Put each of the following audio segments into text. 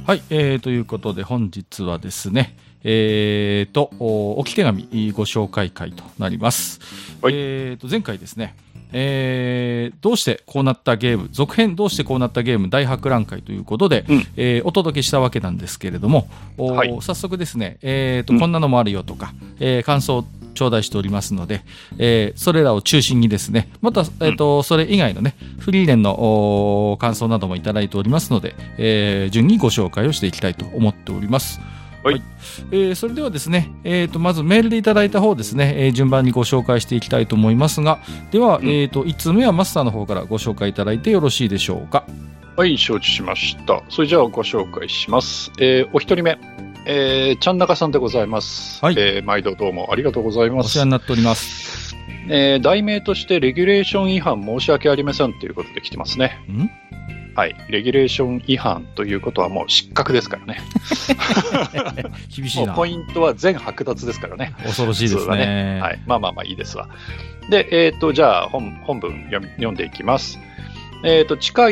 はい、ということで本日はですね、置き手紙ご紹介会となります。 はい、 前回ですね、どうしてこうなったゲーム、続編どうしてこうなったゲーム大博覧会ということで、お届けしたわけなんですけれども、はい、早速ですね、こんなのもあるよとか、感想を頂戴しておりますので、それらを中心にですね、また、それ以外のね、フリーレンの感想などもいただいておりますので、順にご紹介をしていきたいと思っております。はい。それではですね、まずメールでいただいた方ですね、順番にご紹介していきたいと思いますが、では、1通目はマスターの方からご紹介いただいてよろしいでしょうか。 はい、承知しました。それじゃあご紹介します。お一人目、ちゃんなかさんでございます。はい。毎度どうもありがとうございます。 お世話になっております。 題名としてレギュレーション違反申し訳ありませんということで来てますね。はい、レギュレーション違反ということはもう失格ですからね。 厳しいな。 ポイントは全剥奪ですからね。 恐ろしいですね。 はい、まあいいですわ。で、じゃあ本文読んでいきます。地下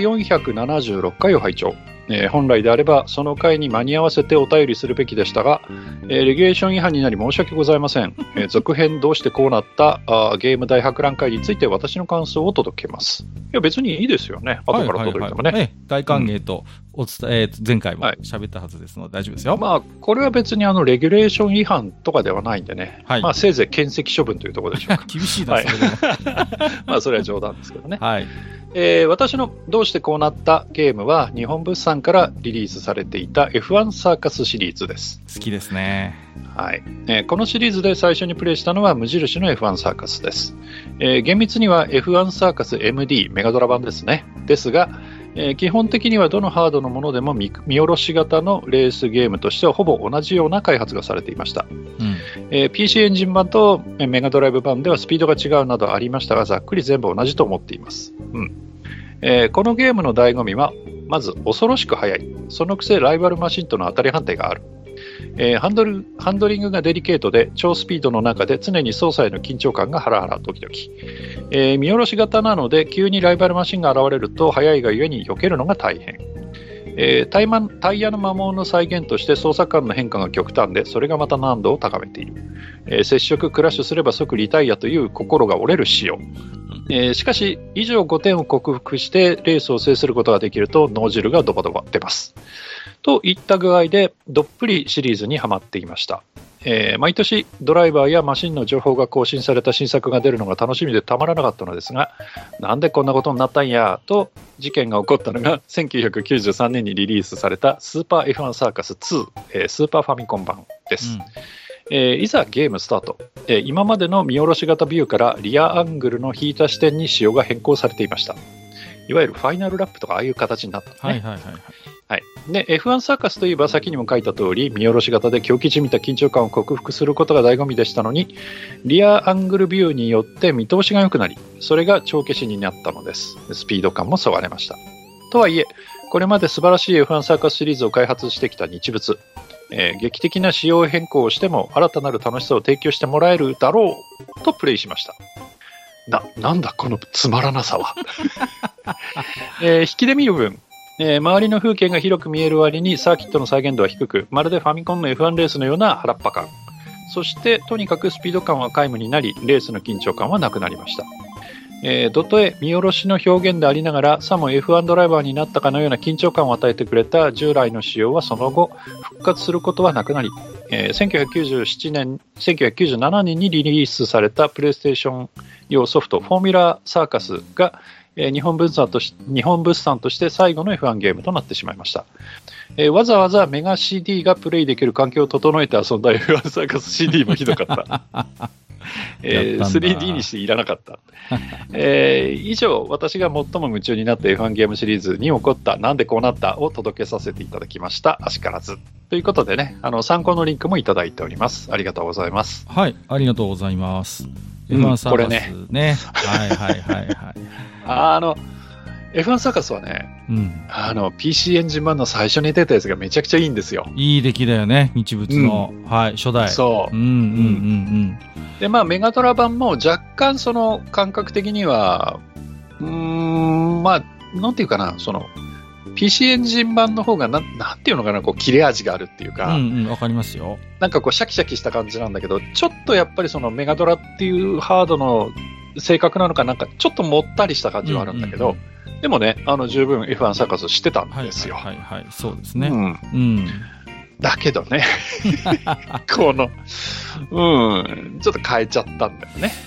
476回を拝聴。本来であればその回に間に合わせてお便りするべきでしたが、レギュレーション違反になり申し訳ございません。続編どうしてこうなったゲーム大博覧会について私の感想を届けます。いや別にいいですよね。後から届いてもね。 大歓迎とお伝え、前回も喋ったはずですので大丈夫ですよ。 まあこれは別にレギュレーション違反とかではないんでね。まあせいぜい検責処分というところでしょうか。 厳しいですね。 まあそれは冗談ですけどね。 はい。 私のどうしてこうなったゲームは日本物産からリリースされていた F1 サーカスシリーズです。 好きですね。 はい。このシリーズで最初にプレイしたのは無印の F1 サーカスです。厳密には F1 サーカス MD メガドラ版ですね。ですが、基本的にはどのハードのものでも見下ろし型のレースゲームとしてはほぼ同じような開発がされていました。PC エンジン版とメガドライブ版ではスピードが違うなどありましたが、ざっくり全部同じと思っています。このゲームの醍醐味はまず恐ろしく速い。そのくせライバルマシンとの当たり判定がある。ハンドリングがデリケートで超スピードの中で常に操作への緊張感がハラハラドキドキ。見下ろし型なので急にライバルマシンが現れると速いがゆえに避けるのが大変。タイヤの摩耗の再現として操作感の変化が極端で、それがまた難度を高めている。接触クラッシュすれば即リタイアという心が折れる仕様。しかし以上5点を克服してレースを制することができると脳汁がドバドバ出ますといった具合でどっぷりシリーズにはまっていました。毎年ドライバーやマシンの情報が更新された新作が出るのが楽しみでたまらなかったのですが、なんでこんなことになったんやと事件が起こったのが1993年にリリースされたスーパー F1 サーカス2、スーパーファミコン版です。いざゲームスタート。今までの見下ろし型ビューからリアアングルの引いた視点に仕様が変更されていました。いわゆるファイナルラップとかああいう形になったんですね。で F1 サーカスといえば先にも書いた通り見下ろし型で狂気じみた緊張感を克服することが醍醐味でしたのに、リアアングルビューによって見通しが良くなり、それが帳消しになったのです。スピード感もそがれました。とはいえこれまで素晴らしい F1 サーカスシリーズを開発してきた日物、劇的な仕様変更をしても新たなる楽しさを提供してもらえるだろうとプレイしました。なんだこのつまらなさは、引きで見る分、周りの風景が広く見える割にサーキットの再現度は低く、まるでファミコンの F1 レースのような原っぱ感。そしてとにかくスピード感は皆無になり、レースの緊張感はなくなりました。ドット絵見下ろしの表現でありながらさも F1 ドライバーになったかのような緊張感を与えてくれた従来の仕様はその後復活することはなくなり、1997年にリリースされたプレイステーション用ソフトフォーミュラサーカスが日本物産として最後の F1 ゲームとなってしまいました。わざわざメガ CD がプレイできる環境を整えて遊んだ F1 サーカス CD もひどかった3D にしていらなかった、以上私が最も夢中になった F1 ゲームシリーズに起こったなんでこうなったを届けさせていただきました。あしからずということでね、参考のリンクもいただいております。ありがとうございます。 はい、ありがとうございます。F1 サーカスね、 F1 サーカスはね、PC エンジン版の最初に出たやつがめちゃくちゃいいんですよ。 いい出来だよね、日物の、初代。 そう。で、メガドラ版も若干その感覚的には、なんていうかな、 PC エンジン版の方がなんていうのかな、こう切れ味があるっていうか、 わかりますよ。 なんかこうシャキシャキした感じなんだけど、ちょっとやっぱりそのメガドラっていうハードの性格なのか、なんかちょっともったりした感じはあるんだけど、でもね、十分 F1 サーカスしてたんですよ。 はい、そうですね。 だけどね、この、ちょっと変えちゃったんだよね。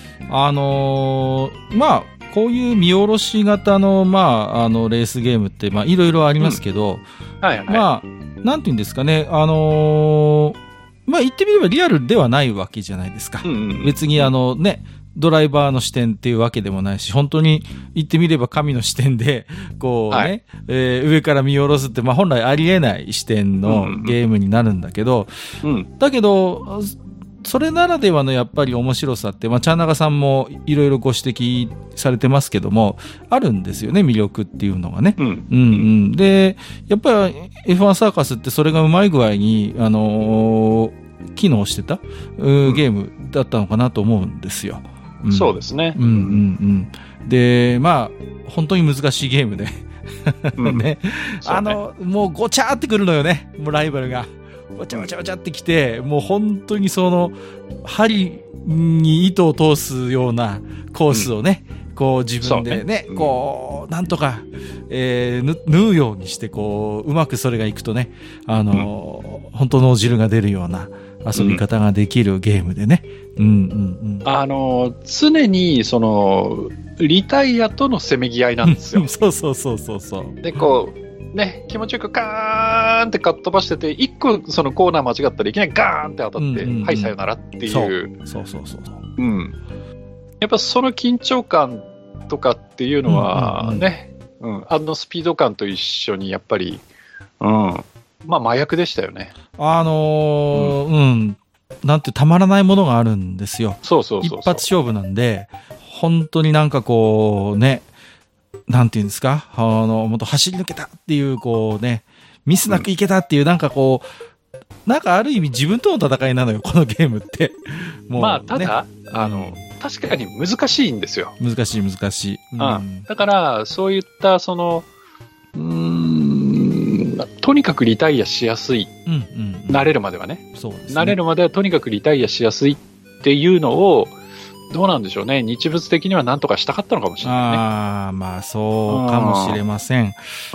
こういう見下ろし型の、レースゲームって、いろいろありますけど、なんていうんですかね、言ってみればリアルではないわけじゃないですか。別にドライバーの視点っていうわけでもないし、本当に言ってみれば神の視点で、こうね、上から見下ろすって、本来ありえない視点のゲームになるんだけど、だけど、それならではのやっぱり面白さって、チャンナガさんもいろいろご指摘されてますけども、あるんですよね、魅力っていうのがね。で、やっぱり F1 サーカスってそれがうまい具合に、機能してた、ゲームだったのかなと思うんですよ。 そうですね。 で、本当に難しいゲームで。ね。もうごちゃーってくるのよね、もうライバルが。わちゃわちゃわちゃってきて、もう本当にその、針に糸を通すようなコースをね、こう自分でね、こう、なんとか、縫うようにして、こう、うまくそれがいくとね、本当の汁が出るような遊び方ができるゲームでね。 常に、リタイアとのせめぎ合いなんですよ。 そう。 で、こう、ね、気持ちよくガーンってかっ飛ばしてて、一個そのコーナー間違ったらいきなりガーンって当たって、はい、さよならっていう。 そう。 やっぱその緊張感とかっていうのはね、スピード感と一緒にやっぱり、麻薬でしたよね。 なんてたまらないものがあるんですよ。 そう。 一発勝負なんで、本当になんかこうね、なんていうんですか、もっと走り抜けたっていう、こうね、ミスなくいけたっていう、なんかこう、なんかある意味自分との戦いなのよ、このゲームって。もう、 ただ、確かに難しいんですよ。 難しい。 だから、そういった、とにかくリタイアしやすい。慣れるまではね。 そうですね。 慣れるまではとにかくリタイアしやすいっていうのを、どうなんでしょうね。日物的には何とかしたかったのかもしれないね。 そうかもしれません。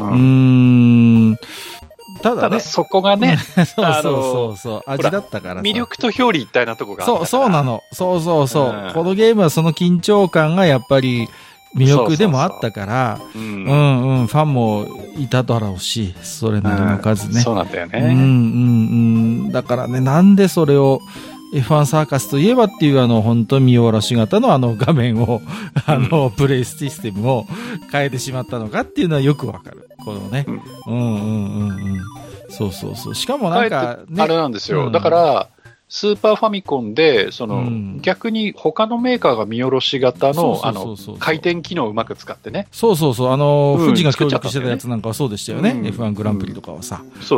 ただそこがね、 そう味だったからさ。 魅力と表裏一体なとこがあったから。 そうなの。そう。このゲームはその緊張感がやっぱり魅力でもあったから、ファンもいただろうし、それなりの数ね。 そうなんだよね。 だからね、なんでそれを、F1 サーカスといえばっていう本当見下ろし型の画面を、プレイシステムを変えてしまったのかっていうのはよくわかる。このね。そう。しかもなんか、 ね。あれなんですよ。だから、スーパーファミコンで、逆に他のメーカーが見下ろし型の、回転機能をうまく使ってね。 そう。富士が協力してたやつなんかはそうでしたよね。F1 グランプリとかはさ。 そう。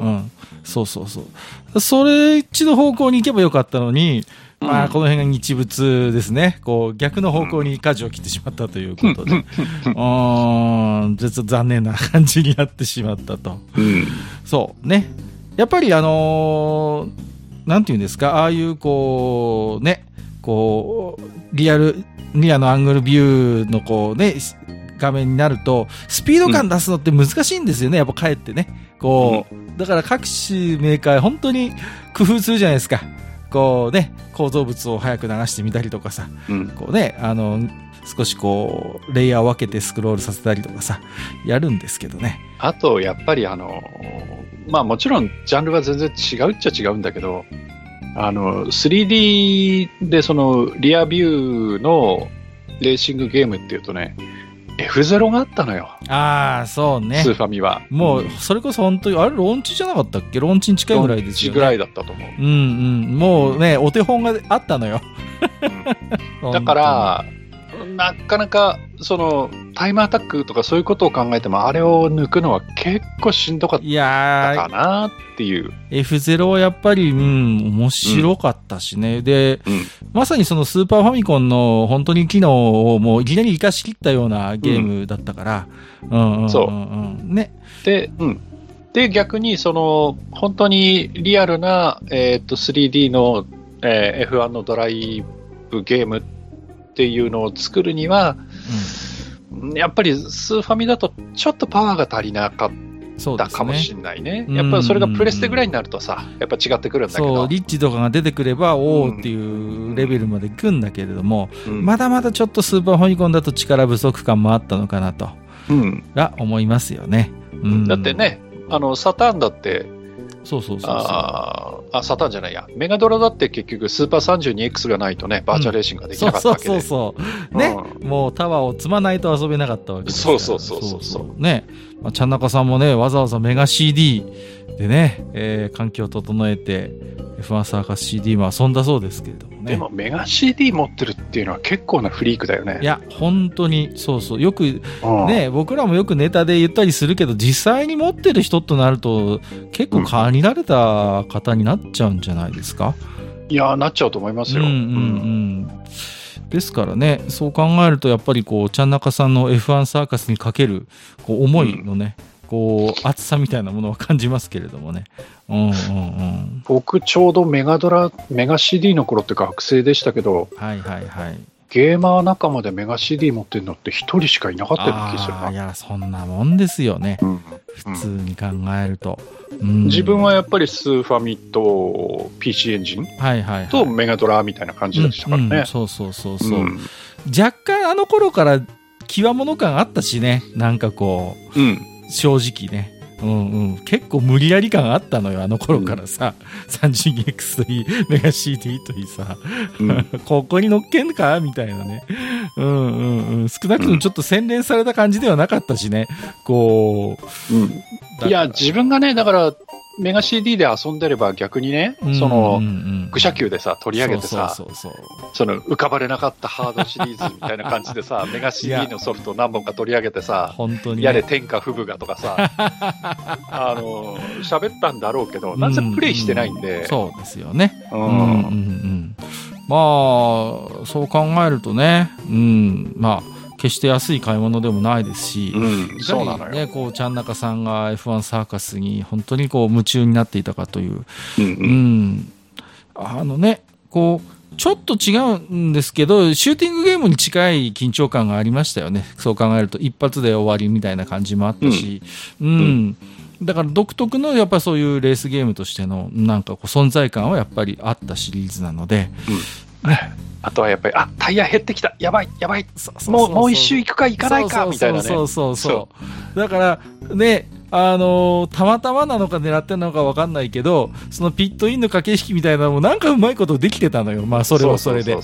それっちの方向に行けばよかったのに、この辺が日物ですね。こう、逆の方向に舵を切ってしまったということで。ちょっと残念な感じになってしまったと。そうね。やっぱりなんていうんですか、ああいうこうね、こうリアのアングルビューのこうね画面になるとスピード感出すのって難しいんですよね。やっぱかえってね、こうだから各種メーカー本当に工夫するじゃないですか。こうね、構造物を早く流してみたりとかさ、こうね少しこうレイヤーを分けてスクロールさせたりとかさやるんですけどね。 あとやっぱりもちろんジャンルは全然違うっちゃ違うんだけど、3D でリアビューのレーシングゲームっていうとね、F0 があったのよ。 そうね。 スーファミは。 もう、それこそ本当に、あれ、ローンチじゃなかったっけ？ローンチに近いぐらいですよね。 ローンチぐらいだったと思う。 もうね、お手本があったのよ。 だから、なかなか、 タイムアタックとかそういうことを考えても、あれを抜くのは結構しんどかったかなっていう。 F0 はやっぱり、面白かったしね。で、まさにそのスーパーファミコンの本当に機能をもういきなり活かしきったようなゲームだったから。 そう。ね。で、逆にその、本当にリアルな、3D の、F1 のドライブゲームっていうのを作るには、やっぱりスーファミだとちょっとパワーが足りなかったかもしれないね。やっぱりそれがプレステぐらいになるとさ、やっぱ違ってくるんだけど。 そう、リッチとかが出てくれば、おーっていうレベルまでいくんだけれども、まだまだちょっとスーパーファミコンだと力不足感もあったのかなと、が思いますよね。 だってね、サターンだって、 サターンじゃないや。メガドラだって結局スーパー 32X がないとね、バーチャルレーシングができなかったわけで。 ね、もうタワーを積まないと遊べなかったわけですから。 そう。 ね、ちゃんなかさんもね、わざわざメガ CD でね、環境を整えて、F1 サーカス CD も遊んだそうですけれどもね。 でもメガ CD 持ってるっていうのは結構なフリークだよね。 いや、本当に、よく、ね、僕らもよくネタで言ったりするけど、実際に持ってる人となると、結構限られた方になっちゃうんじゃないですか。 いや、なっちゃうと思いますよ。 ですからね、そう考えると、やっぱりこう、ちゃんなかさんの F1 サーカスにかける、こう、思いのね、こう、熱さみたいなものを感じますけれどもね。 僕、ちょうどメガ CD の頃って学生でしたけど、ゲーマー仲間でメガ CD 持ってるのって一人しかいなかったような気がするな。 いや、そんなもんですよね。普通に考えると。 自分はやっぱりスーファミと PC エンジンとメガドラみたいな感じでしたからね。 そう。若干あの頃から極物感あったしね。なんかこう、正直ね。結構無理やり感あったのよ、あの頃からさ。32X といい、メガ CD といいさ。ここに乗っけんかみたいなね。少なくともちょっと洗練された感じではなかったしね。こう。いや、自分がね、だから、メガ CD で遊んでれば逆にね、その、愚者級でさ、取り上げてさ、その浮かばれなかったハードシリーズみたいな感じでさ、メガ CD のソフト何本か取り上げてさ、 本当に、 やれ天下不武がとかさ、喋ったんだろうけど、なぜプレイしてないんで。 そうですよね。まあ、そう考えるとね、まあ、決して安い買い物でもないですし、 そうなのよ。 ね、こう、ちゃんなかさんが F1 サーカスに本当にこう、夢中になっていたかという。こう、ちょっと違うんですけど、シューティングゲームに近い緊張感がありましたよね。そう考えると、一発で終わりみたいな感じもあったし、だから独特のやっぱそういうレースゲームとしてのなんかこう存在感はやっぱりあったシリーズなので、 あとはやっぱり、タイヤ減ってきた、やばい、もう一周行くか行かないか、みたいなね。 だから、ね、たまたまなのか狙ってるのか分かんないけど、そのピットインの駆け引きみたいなのもなんかうまいことできてたのよ。まあ、それはそれで。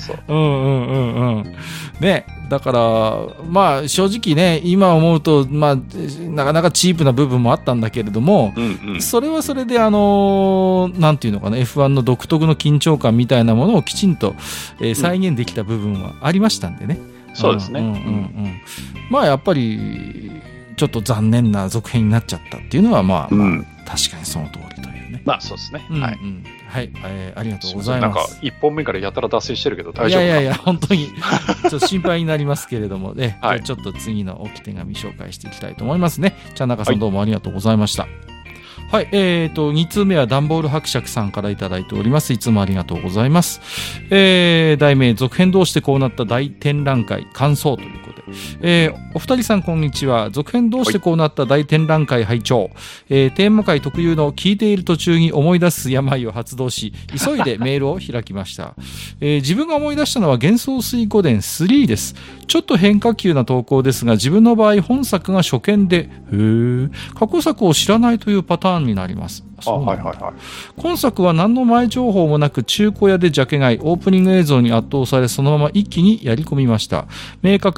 ね、だから、まあ、正直ね、今思うと、まあ、なかなかチープな部分もあったんだけれども、それはそれで、なんていうのかな、F1 の独特の緊張感みたいなものをきちんと、再現できた部分はありましたんでね。 そうですね。 まあ、やっぱり、ちょっと残念な続編になっちゃったっていうのは、まあ、確かにその通りというね。 まあ、そうですね。 はい、ありがとうございます。 なんか、一本目からやたら脱線してるけど大丈夫か？ いや、本当に、ちょっと心配になりますけれどもね、ちょっと次の置き手紙紹介していきたいと思いますね。ちゃんなかさんどうもありがとうございました。はい、2通目はダンボール伯爵さんからいただいております。いつもありがとうございます。題名、続編どうしてこうなった大展覧会感想ということで、お二人さんこんにちは。続編どうしてこうなった大展覧会拝聴。テーマ会特有の聞いている途中に思い出す病を発動し、急いでメールを開きました。自分が思い出したのは幻想水湖伝3です。ちょっと変化球な投稿ですが、自分の場合本作が初見で、過去作を知らないというパターンになります。今作は何の前情報もなく中古屋でジャケ買い、オープニング映像に圧倒されそのまま一気にやり込みました。明確な悪と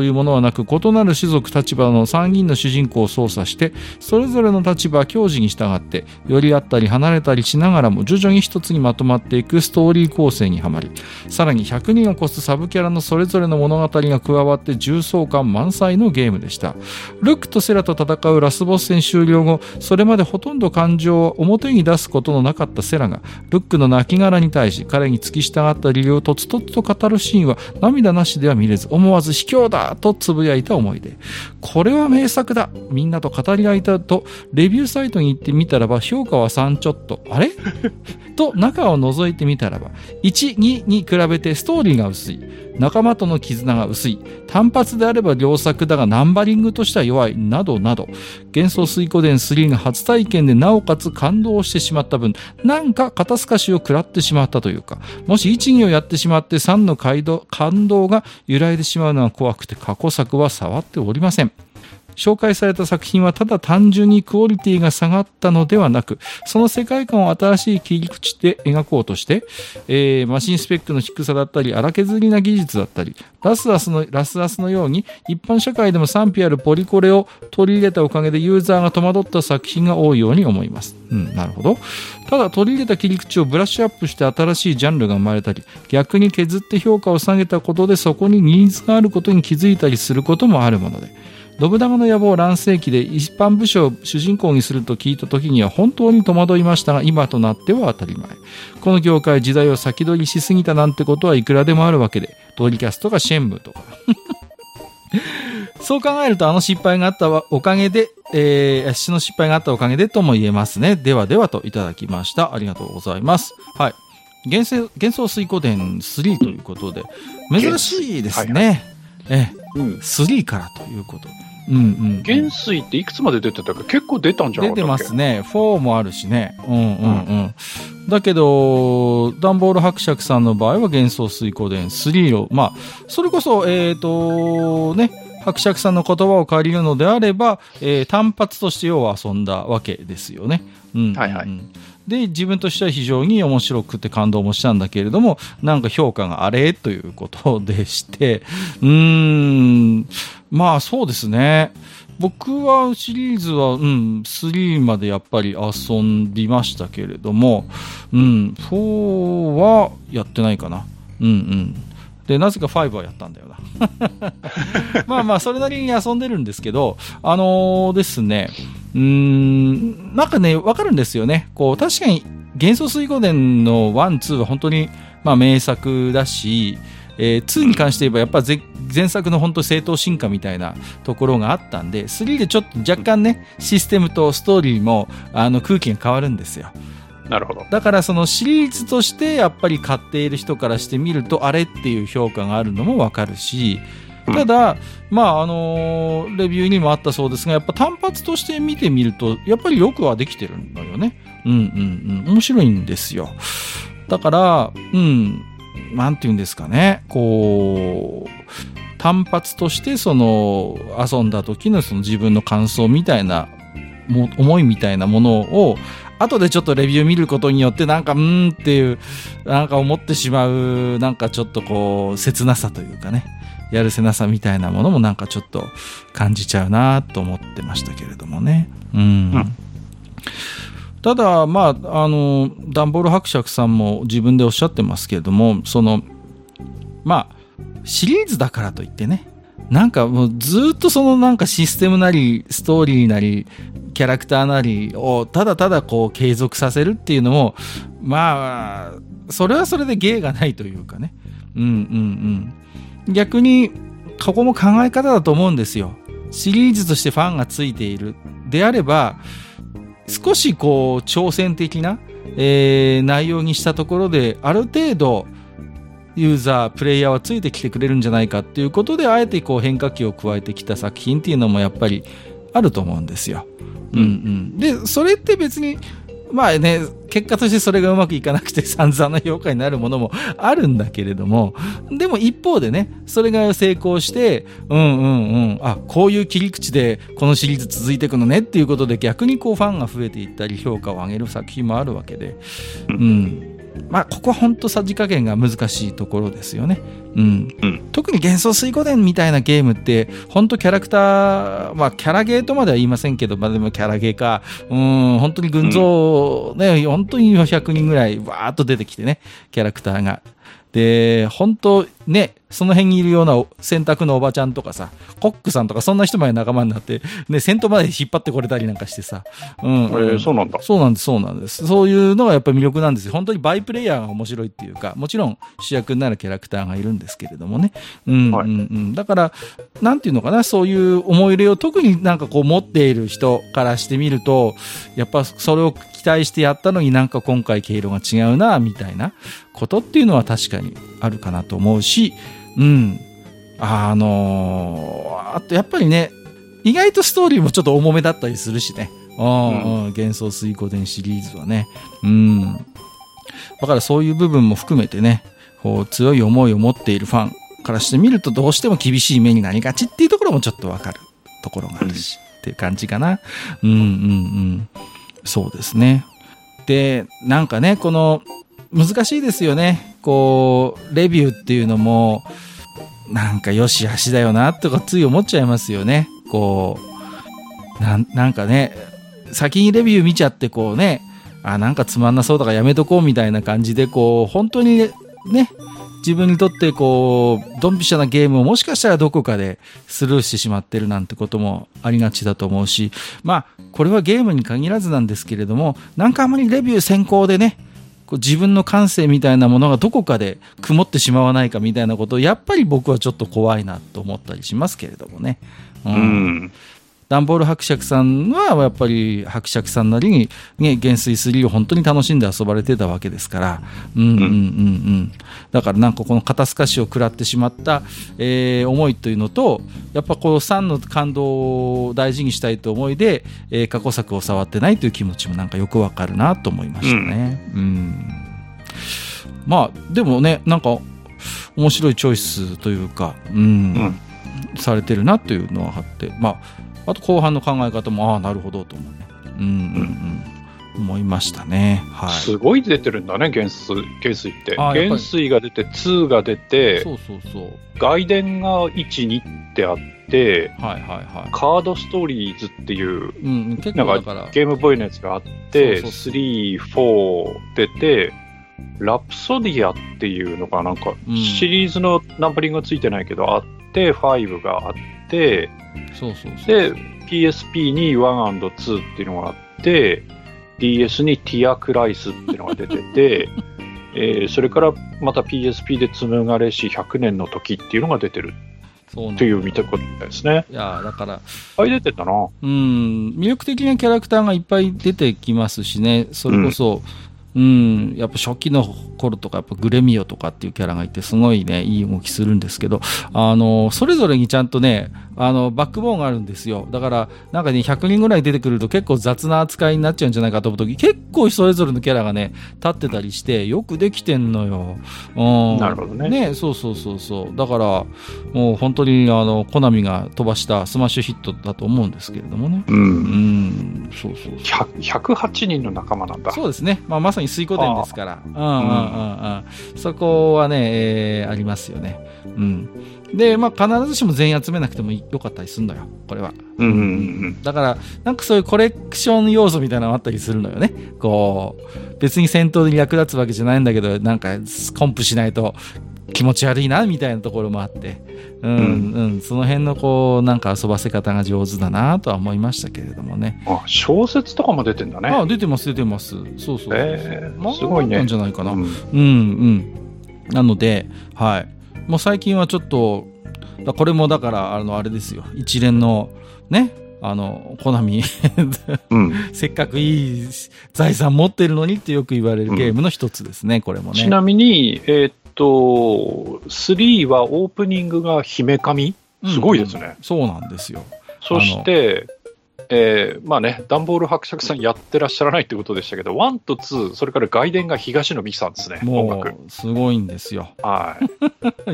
というものはなく、異なる種族立場の3人の主人公を操作して、それぞれの立場教示に従って寄り合ったり離れたりしながらも徐々に一つにまとまっていくストーリー構成にはまり、さらに100人を超すサブキャラのそれぞれの物語が加わって重層感満載のゲームでした。ルックとセラと戦うラスボス戦終了後、それまでほとんど感情を表に出すことのなかったセラがルックの亡骸に対し彼に付き従った理由をとつとつと語るシーンは涙なしでは見れず、思わず卑怯だとつぶやいた思い出。これは名作だ、みんなと語り合いたとレビューサイトに行ってみたらば、評価は3ちょっと、あれと中を覗いてみたらば、1、2に比べてストーリーが薄い、仲間との絆が薄い、単発であれば良作だがナンバリングとしては弱い、などなど、幻想水湖伝3が初体験でなおかつ感動してしまった分、なんか肩透かしを食らってしまったというか、もし1、2をやってしまって3の感動が揺らいでしまうのは怖くて過去作は触っておりません。紹介された作品はただ単純にクオリティが下がったのではなく、その世界観を新しい切り口で描こうとして、マシンスペックの低さだったり荒削りな技術だったり、ラスアスのように一般社会でも賛否あるポリコレを取り入れたおかげでユーザーが戸惑った作品が多いように思います。なるほど。ただ取り入れた切り口をブラッシュアップして新しいジャンルが生まれたり、逆に削って評価を下げたことでそこにニーズがあることに気づいたりすることもあるもので、信長の野望乱世紀で一般武将を主人公にすると聞いた時には本当に戸惑いましたが、今となっては当たり前。この業界時代を先取りしすぎたなんてことはいくらでもあるわけで、トリキャスとかシェンムーとかそう考えるとあの失敗があったおかげで、の失敗があったおかげでとも言えますね。ではではといただきました。ありがとうございます。はい。幻想水湖伝3ということで、珍しいですね。3からということで。 元帥っていくつまで出てたか、結構出たんじゃないか出てますね。4もあるしね。だけど、ダンボール伯爵さんの場合は幻想水湖伝3を、それこそ、伯爵さんの言葉を借りるのであれば、単発として要は遊んだわけですよね。で、自分としては非常に面白くて感動もしたんだけれども、なんか評価があれということでして、そうですね。僕はシリーズは、3までやっぱり遊びましたけれども、4はやってないかな。で、なぜか5はやったんだよな。それなりに遊んでるんですけど、ですね、なんかね、わかるんですよね。こう、確かに、幻想水湖伝の1、2は本当に、名作だし、2に関して言えばやっぱ前作の本当正当進化みたいなところがあったんで、3でちょっと若干ね、システムとストーリーも空気が変わるんですよ。 なるほど。 だからそのシリーズとしてやっぱり買っている人からしてみるとあれっていう評価があるのもわかるし、ただ、レビューにもあったそうですが、やっぱ単発として見てみるとやっぱりよくはできてるのよね。面白いんですよ。だから、なんていうんですかね、こう、単発としてその遊んだ時のその自分の感想みたいな、思いみたいなものを、後でちょっとレビュー見ることによってなんかっていう、なんか思ってしまう、なんかちょっとこう、切なさというかね、やるせなさみたいなものもなんかちょっと感じちゃうなと思ってましたけれどもね。ただ、ダンボール伯爵さんも自分でおっしゃってますけれども、その、シリーズだからといってね、なんかもうずっとそのなんかシステムなり、ストーリーなり、キャラクターなりをただただこう継続させるっていうのも、それはそれで芸がないというかね。逆に、ここも考え方だと思うんですよ。シリーズとしてファンがついている。であれば、少しこう挑戦的な、内容にしたところである程度ユーザープレイヤーはついてきてくれるんじゃないかっていうことであえてこう変化球を加えてきた作品っていうのもやっぱりあると思うんですよ。でそれって別に結果としてそれがうまくいかなくて散々な評価になるものもあるんだけれども、でも一方でね、それが成功して、こういう切り口でこのシリーズ続いていくのねっていうことで逆にこうファンが増えていったり評価を上げる作品もあるわけで、 まあ、ここは本当さじ加減が難しいところですよね。うん。 うん、 特に幻想水湖伝みたいなゲームって、本当キャラクター、まあ、キャラゲーとまでは言いませんけど、まあでもキャラゲーか、本当に群像、ね、本当に100人ぐらいわーっと出てきてね、キャラクターが。で、本当ね、その辺にいるような洗濯のおばちゃんとかさ、コックさんとかそんな人まで仲間になって、ね、先頭まで引っ張ってこれたりなんかしてさ。 そうなんだ。 そうなんです、そうなんです。そういうのがやっぱり魅力なんですよ。本当にバイプレイヤーが面白いっていうか、もちろん主役になるキャラクターがいるんですけれどもね。だから、なんていうのかな、そういう思い入れを特になんかこう持っている人からしてみると、やっぱそれを期待してやったのになんか今回毛色が違うな、みたいなことっていうのは確かにあるかなと思うし、あとやっぱりね、意外とストーリーもちょっと重めだったりするしね。幻想水湖伝シリーズはね。だからそういう部分も含めてね、こう強い思いを持っているファンからしてみるとどうしても厳しい目になりがちっていうところもちょっとわかるところがあるし、っていう感じかな。そうですね。で、なんかね、この、難しいですよね。こう、レビューっていうのも、なんかよしあしだよな、とかつい思っちゃいますよね。こう、なんかね、先にレビュー見ちゃってこうね、なんかつまんなそうだからやめとこうみたいな感じで、こう、本当にね、自分にとってこう、ドンピシャなゲームをもしかしたらどこかでスルーしてしまってるなんてこともありがちだと思うし、まあ、これはゲームに限らずなんですけれども、なんかあまりレビュー先行でね、自分の感性みたいなものがどこかで曇ってしまわないかみたいなことをやっぱり僕はちょっと怖いなと思ったりしますけれどもね。ダンボール伯爵さんはやっぱり伯爵さんなりに、ね、元帥3を本当に楽しんで遊ばれてたわけですから、だからなんかこの肩透かしを食らってしまった、思いというのと、やっぱこう3の感動を大事にしたいと思いで、過去作を触ってないという気持ちもなんかよくわかるなと思いましたね。まあでもね、なんか面白いチョイスというか、されてるなというのはあって、まああと後半の考え方もなるほどと思うね。思いましたね。はい。 すごい出てるんだね、元帥って。元帥が出て、2が出て、外伝が1、2ってあって、カードストーリーズっていう、なんかゲームボーイのやつがあって、3、4出て、ラプソディアっていうのがなんか、シリーズのナンバリングがついてないけどあって、5があって、で、PSP に 1&2 っていうのがあって、DS にティアクライスっていうのが出てて、それからまた PSP で紡がれし100年の時っていうのが出てるっていう見たことですね。 いやだから出てたな。 魅力的なキャラクターがいっぱい出てきますしね。それこそ、やっぱ初期の頃とかやっぱグレミオとかっていうキャラがいてすごいねいい動きするんですけど、それぞれにちゃんとねバックボーンがあるんですよ。だからなんかね100人ぐらい出てくると結構雑な扱いになっちゃうんじゃないかと思うとき、結構それぞれのキャラがね立ってたりしてよくできてんのよ。 なるほどね。 そうだからもう本当にコナミが飛ばしたスマッシュヒットだと思うんですけれどもね。 108人の仲間なんだ。 そうですね。まさに水湖伝ですから。そこはね、ありますよね。で、必ずしも全員集めなくてもよかったりするのよ、これは。だから、なんかそういうコレクション要素みたいなのがあったりするのよね。こう、別に戦闘に役立つわけじゃないんだけど、なんかコンプしないと気持ち悪いな、みたいなところもあって。その辺のこう、なんか遊ばせ方が上手だなとは思いましたけれどもね。 小説とかも出てんだね。 出てます。そう。すごいね。なんじゃないかな。なので、はい。もう最近はちょっと、これもだから、あれですよ。一連の、ね、コナミ、せっかくいい財産持ってるのにってよく言われるゲームの一つですね、これもね。 ちなみに、3はオープニングが姫神すごいですね。 そうなんですよ。 そして、 まあね、ダンボール伯爵さんやってらっしゃらないってことでしたけど、1と2、それから外伝が東野美紀さんですね、音楽。 もう、すごいんですよ。 はい。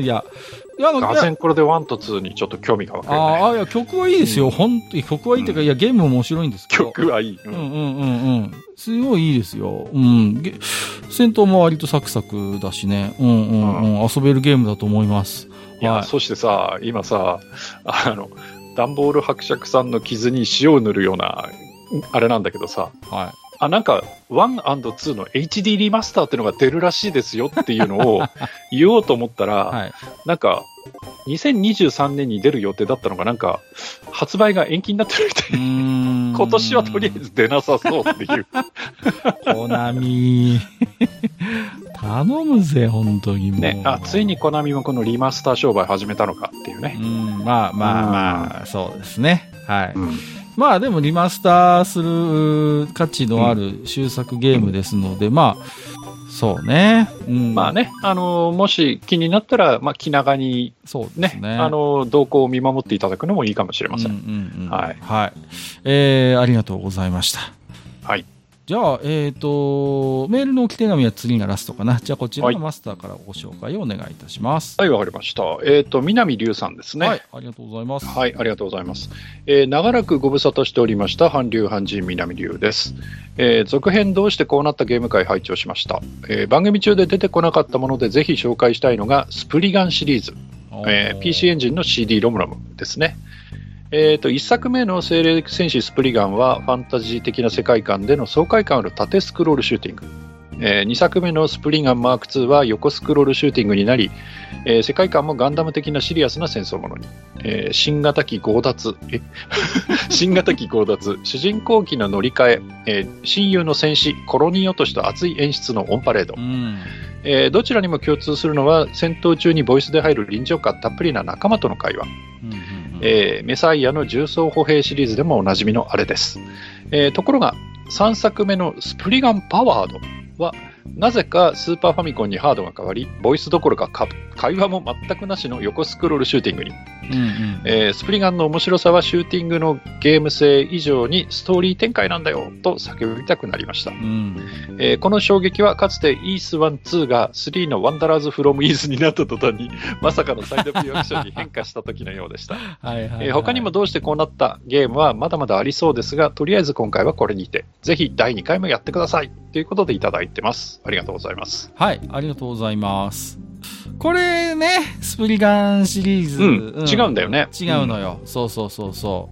いや、 がぜんこれで1と2にちょっと興味が湧くよね。 いや、曲はいいですよ。本当に曲はいいっていうか、いや、ゲームも面白いんですけど。 曲はいい。 すごいいいですよ。戦闘も割とサクサクだしね。遊べるゲームだと思います。 いや、そしてさ、今さ、ダンボール伯爵さんの傷に塩を塗るような、あれなんだけどさ、 はい。 なんか、1&2 の HD リマスターっていうのが出るらしいですよっていうのを言おうと思ったら、 はい、 なんか、2023年に出る予定だったのが、なんか、発売が延期になってるみたいな。今年はとりあえず出なさそうっていう。 コナミ。頼むぜ、本当にもう。 ね、ついにコナミもこのリマスター商売始めたのかっていうね。 まあ、そうですね。はい。まあでもリマスターする価値のある終作ゲームですので、まあ、そうね。 まあね、もし気になったら、まあ気長に、 そうですね。 動向を見守っていただくのもいいかもしれません。はい。 はい。ありがとうございました。 はい。 じゃあ、メールの置き手紙は次がラストかな。じゃあ、こちらのマスターからご紹介をお願いいたします。 はい、わかりました。南龍さんですね。 はい、ありがとうございます。 はい、ありがとうございます。長らくご無沙汰しておりました、韓流韓人南龍です。続編どうしてこうなったゲーム会拝聴しました。番組中で出てこなかったものでぜひ紹介したいのが、スプリガンシリーズ。PC エンジンの CD ロムロムですね。1作目の精霊戦士スプリガンはファンタジー的な世界観での爽快感ある縦スクロールシューティング。2作目のスプリガンマーク2は横スクロールシューティングになり、世界観もガンダム的なシリアスな戦争ものに。新型機強奪。新型機強奪。主人公機の乗り換え。親友の戦士、コロニー落としと熱い演出のオンパレード。どちらにも共通するのは戦闘中にボイスで入る臨場感たっぷりな仲間との会話。メサイアの重装歩兵シリーズでもおなじみのあれです。ところが3作目のスプリガンパワードはなぜかスーパーファミコンにハードが変わり、ボイスどころか会話も全くなしの横スクロールシューティングに。スプリガンの面白さはシューティングのゲーム性以上にストーリー展開なんだよと叫びたくなりました。この衝撃はかつてイース1、2が3のワンダラーズフロムイースになった途端にまさかのサイドビューアクションに変化した時のようでした。他にもどうしてこうなったゲームはまだまだありそうですが、とりあえず今回はこれにてぜひ第2回もやってくださいということでいただいてます。ありがとうございます。 はい、ありがとうございます。これね、スプリガンシリーズ、 違うんだよね。 違うのよ。そう。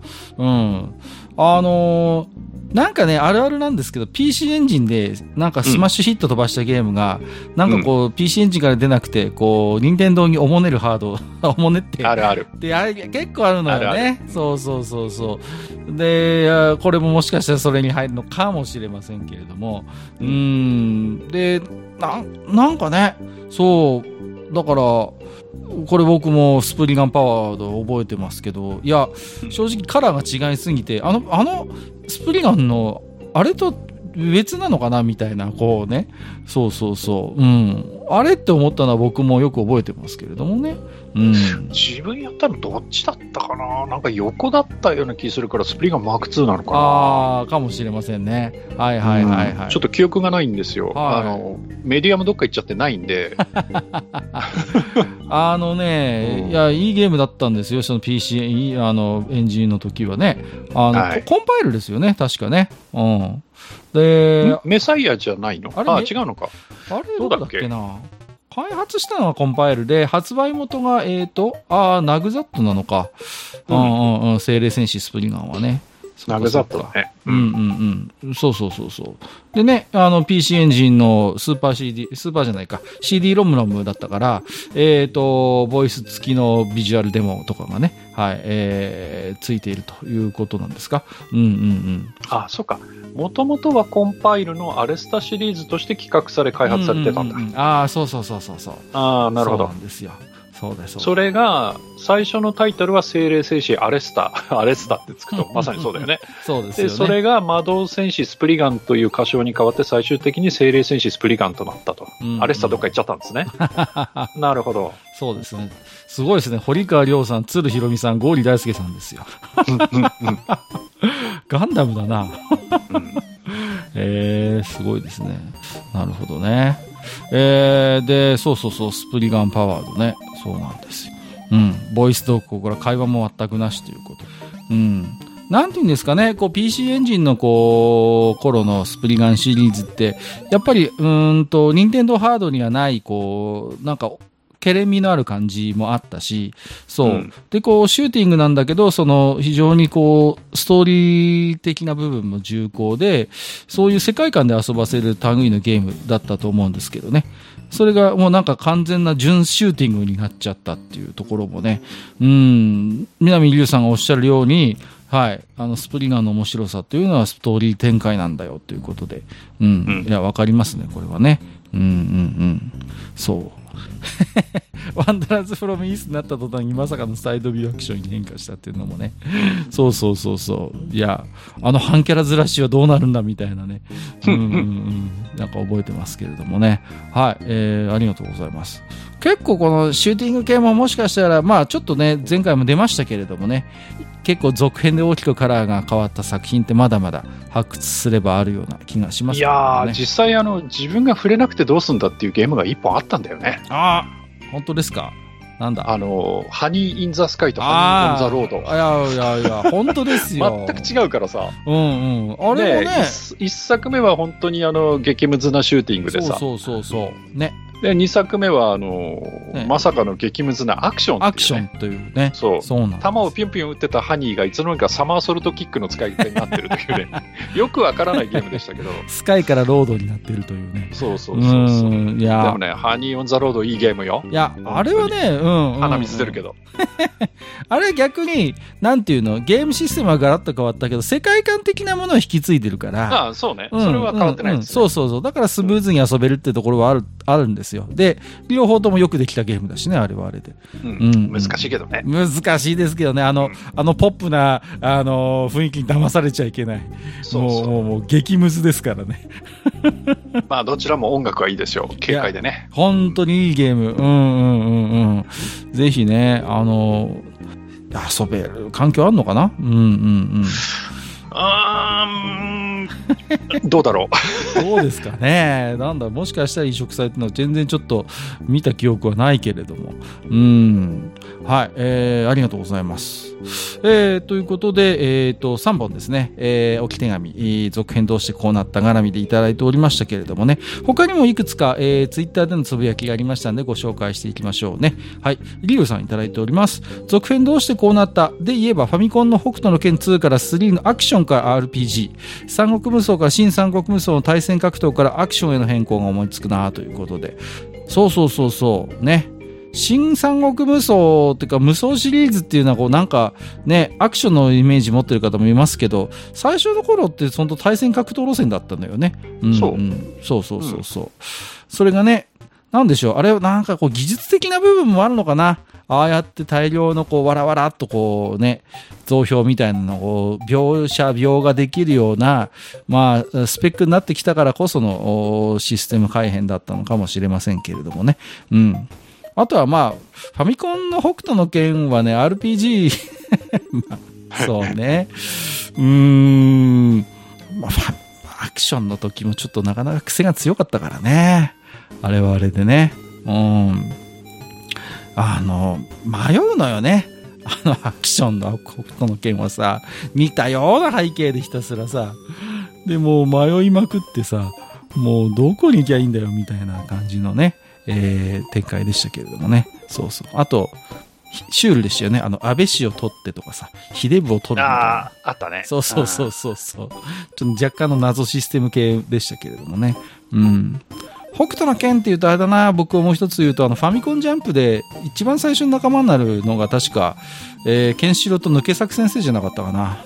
なんかね、あるあるなんですけど、PC エンジンで、なんかスマッシュヒット飛ばしたゲームが、なんかこう、PC エンジンから出なくて、こう、任天堂におもねるハード、おもねって。 あるある。 で、あれ結構あるのよね。そう。で、これももしかしたらそれに入るのかもしれませんけれども。で、なんかね、そう、だから、これ僕もスプリガンパワード覚えてますけど、いや、正直カラーが違いすぎて、あのスプリガンの、あれと別なのかなみたいな、こうね。そう。あれって思ったのは僕もよく覚えてますけれどもね。 自分やったのどっちだったかな、なんか横だったような気するから、スプリガンマーク2なのかな。 かもしれませんね。はい。 ちょっと記憶がないんですよ。メディアもどっか行っちゃってないんで。 いや、いいゲームだったんですよ、その PC、エンジンの時はね。コンパイルですよね、確かね。で、 メサイアじゃないの？違うのか。 あれどうだっけな。開発したのはコンパイルで、発売元が、ナグザットなのか。精霊戦士スプリガンはね。 ナグザットだね。 そう。でね、PC エンジンのスーパーじゃないか、CD ロムロムだったから、ボイス付きのビジュアルデモとかがね、ついているということなんですか。 そうか。もともとはコンパイルのアレスタシリーズとして企画され開発されてたんだ。 そう。 なるほど。 そうなんですよ。そうです。 それが、最初のタイトルは精霊戦士アレスタってつくと、まさにそうだよね。 そうですよね。 で、それが魔導戦士スプリガンという歌唱に変わって最終的に精霊戦士スプリガンとなったと。アレスタどっか行っちゃったんですね。なるほど。 そうですね。すごいですね。堀川亮さん、鶴ひろみさん、郷里大輔さんですよ。 ガンダムだな。 うん、 すごいですね。なるほどね。で、そう、スプリガンパワードね。そうなんですよ。うん。ボイス動向から会話も全くなしということ。うん。なんていうんですかね、こう PC エンジンの頃のスプリガンシリーズって、やっぱり、任天堂ハードにはない、なんか、ケレミのある感じもあったし、そう。うん、で、シューティングなんだけど、非常にストーリー的な部分も重厚で、そういう世界観で遊ばせる類のゲームだったと思うんですけどね。それがもうなんか完全な純シューティングになっちゃったっていうところもね、南龍さんがおっしゃるように、はい、スプリガンの面白さというのはストーリー展開なんだよということで、いや、わかりますね、これはね。そう。ワンダラーズフロムイースになった途端にまさかのサイドビューアクションに変化したっていうのもね。そう。いや、半キャラずらしはどうなるんだみたいなね。なんか覚えてますけれどもね。はい、ありがとうございます。結構このシューティング系ももしかしたら、まあちょっとね、前回も出ましたけれどもね、結構続編で大きくカラーが変わった作品ってまだまだ発掘すればあるような気がしますけどね。 いやー、実際自分が触れなくてどうすんだっていうゲームが一本あったんだよね。 ああ、本当ですか。なんだ、 ハニー・イン・ザ・スカイとハニー・オン・ザ・ロード。 いや、本当ですよ。 全く違うからさ。 あれもね。 一作目は本当に激ムズなシューティングでさ。 そうね。 で、2作目は、まさかの激ムズなアクション、ね。 アクションというね。そうなんです。 弾をピュンピュン撃ってたハニーがいつの間にかサマーソルトキックの使い方になってるというね。よくわからないゲームでしたけど。 スカイからロードになってるというね。 そう。 いやでもね、ハニー・オン・ザ・ロードいいゲームよ。 いや、あれはね、 鼻水出るけど。 あれは逆に、なんていうの、ゲームシステムはガラッと変わったけど、世界観的なものを引き継いでるから。 ああ、そうね。それは変わってないですね。 そう。だからスムーズに遊べるってところはあるんですよ。で、両方ともよくできたゲームだしね、あれはあれで。 難しいけどね。 難しいですけどね、ポップな、雰囲気に騙されちゃいけない。もう激ムズですからね。 まあ、どちらも音楽はいいですよ。軽快でね。 本当にいいゲーム。ぜひね、遊べる環境あんのかな。 どうだろう。どうですかね。なんだ、もしかしたら移植されてるの全然ちょっと見た記憶はないけれども。はい、ありがとうございます。ということで、3本ですね、置き手紙、続編どうしてこうなった絡みでいただいておりましたけれどもね、他にもいくつか、ツイッターでのつぶやきがありましたのでご紹介していきましょうね。はい、リュウさんいただいております。続編どうしてこうなったで言えば、ファミコンの北斗の拳2から3のアクションから RPG、三国無双から新三国無双の対戦格闘からアクションへの変更が思いつくなということで、そうね。新三国無双っていうか無双シリーズっていうのはなんかね、アクションのイメージ持ってる方もいますけど、最初の頃ってその対戦格闘路線だったんだよね。そう。それがね、なんでしょう、あれはなんか技術的な部分もあるのかな。ああやって大量のわらわらっとね、増票みたいなのを描画できるような、まあ、スペックになってきたからこそのシステム改変だったのかもしれませんけれどもね。あとはまあ、ファミコンの北斗の拳はね、RPG そうね。まあ、アクションの時もちょっとなかなか癖が強かったからね。あれはあれでね。迷うのよね。アクションの北斗の拳はさ、似たような背景でひたすらさ、でもう迷いまくってさ、もうどこに行きゃいいんだよみたいな感じのね、展開でしたけれどもね。そう。あと、シュールでしたよね。安倍氏を取ってとかさ、秀部を取るみたいな。 あったね。 そう。ちょっと若干の謎システム系でしたけれどもね。北斗の拳って言うとあれだな、僕をもう一つ言うと、ファミコンジャンプで一番最初に仲間になるのが確か、ケンシロウと抜け作先生じゃなかったかな。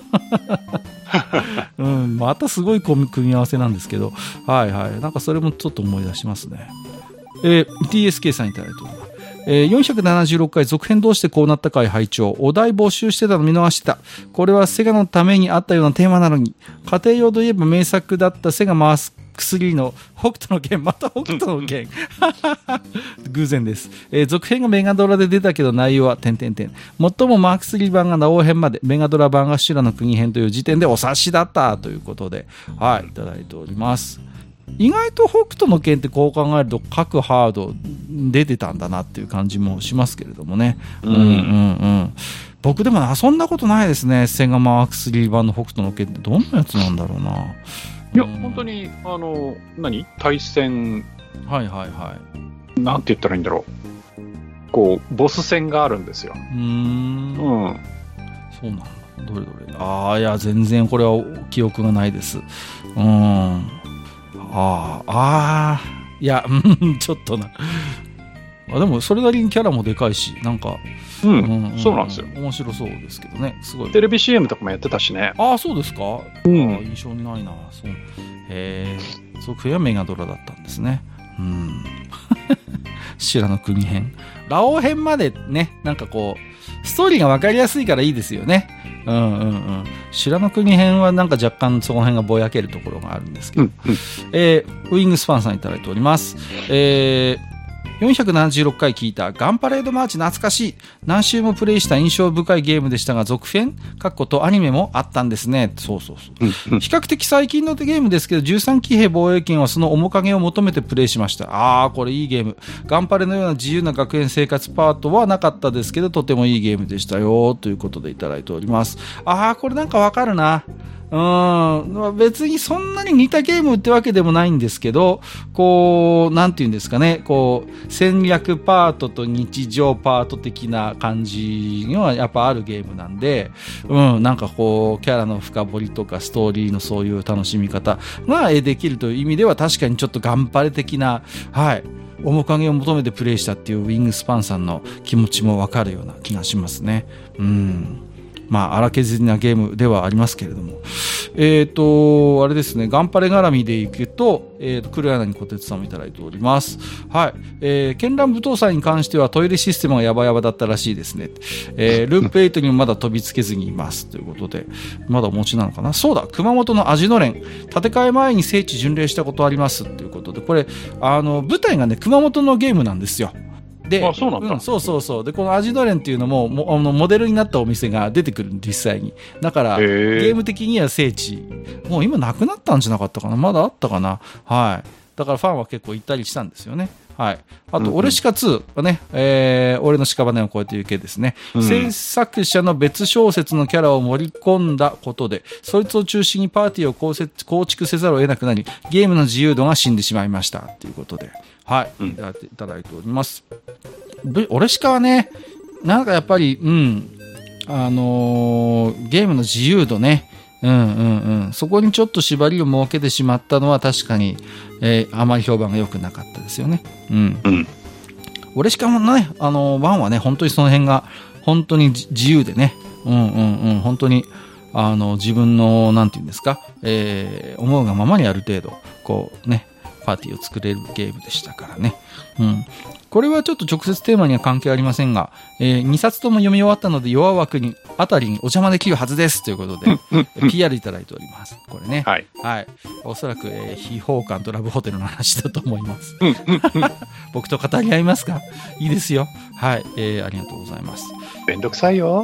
またすごい組み合わせなんですけど、なんかそれもちょっと思い出しますね。TSK さんいただいております。476回続編どうしてこうなった回拝聴、お題募集してたの見逃した。これはセガのためにあったようなテーマなのに、家庭用といえば名作だったセガマス X3 の北斗の拳、また北斗の拳。偶然です。続編がメガドラで出たけど内容は、最もマーク3版がラオウ編まで、メガドラ版が修羅の国編という時点でお察しだったということで、はい、いただいております。意外と北斗の拳ってこう考えると各ハード出てたんだなっていう感じもしますけれどもね。僕でも遊んだことないですね。セガマーク3版の北斗の拳ってどんなやつなんだろうな。 いや、本当に、対戦、 はい。 なんて言ったらいいんだろう。こう、ボス戦があるんですよ。 そうなんだ。どれ。いや、全然これは記憶がないです。いや、ちょっとな。でも、それなりにキャラもでかいし、なんか、 そうなんですよ。 面白そうですけどね。すごい。 テレビ CM とかもやってたしね。 そうですか？印象にないな。続編はメガドラだったんですね。修羅の国編。ラオウ編までね、なんかこう、ストーリーが分かりやすいからいいですよね。修羅の国編はなんか若干その辺がぼやけるところがあるんですけど。ウィングスパンさんいただいております。476回聞いたガンパレードマーチ懐かしい。何周もプレイした印象深いゲームでしたが、続編とアニメもあったんですね。そう。比較的最近のゲームですけど、13騎兵防衛権はその面影を求めてプレイしました。これいいゲーム。ガンパレのような自由な学園生活パートはなかったですけど、とてもいいゲームでしたよ。ということでいただいております。これなんかわかるな。別にそんなに似たゲームってわけでもないんですけど、こう、なんていうんですかね、こう、戦略パートと日常パート的な感じがやっぱあるゲームなんで、なんかこう、キャラの深掘りとかストーリーのそういう楽しみ方ができるという意味では確かにちょっとガンパレ的な、面影を求めてプレイしたっていうウィングスパンさんの気持ちもわかるような気がしますね。荒削りなゲームではありますけれども。あれですね、ガンパレ絡みでいくと、黒柳小鉄さんもいただいております。絢爛舞踏祭に関してはトイレシステムがヤバヤバだったらしいですね。ループ8にもまだ飛びつけずにいます。ということで、まだお持ちなのかな。そうだ、熊本の味の連、建て替え前に聖地巡礼したことあります。ということで、これ、舞台がね、熊本のゲームなんですよ。で、 そうなんだ。 そう。で、この味のれんっていうのも、モデルになったお店が出てくる実際に。だから、ゲーム的には聖地。もう今なくなったんじゃなかったかな。まだあったかな。だからファンは結構行ったりしたんですよね。あと、俺しか2はね、俺の屍を越えてゆけですね。制作者の別小説のキャラを盛り込んだことで、そいつを中心にパーティーを構築せざるを得なくなり、ゲームの自由度が死んでしまいました。ということで。いただいております。俺しかはね、なんかやっぱり、ゲームの自由度ね、そこにちょっと縛りを設けてしまったのは確かに、あまり評判が良くなかったですよね。俺しかもね、1はね、本当にその辺が、本当に自由でね、本当に、自分の、なんていうんですか、思うがままにある程度、こうね、パーティーを作れるゲームでしたからね。これはちょっと直接テーマには関係ありませんが、2冊とも読み終わったので弱枠にあたりにお邪魔できるはずですということで、PR いただいております。これね。おそらく、秘宝館とラブホテルの話だと思います。僕と語り合いますか？いいですよ。ありがとうございます。 めんどくさいよ。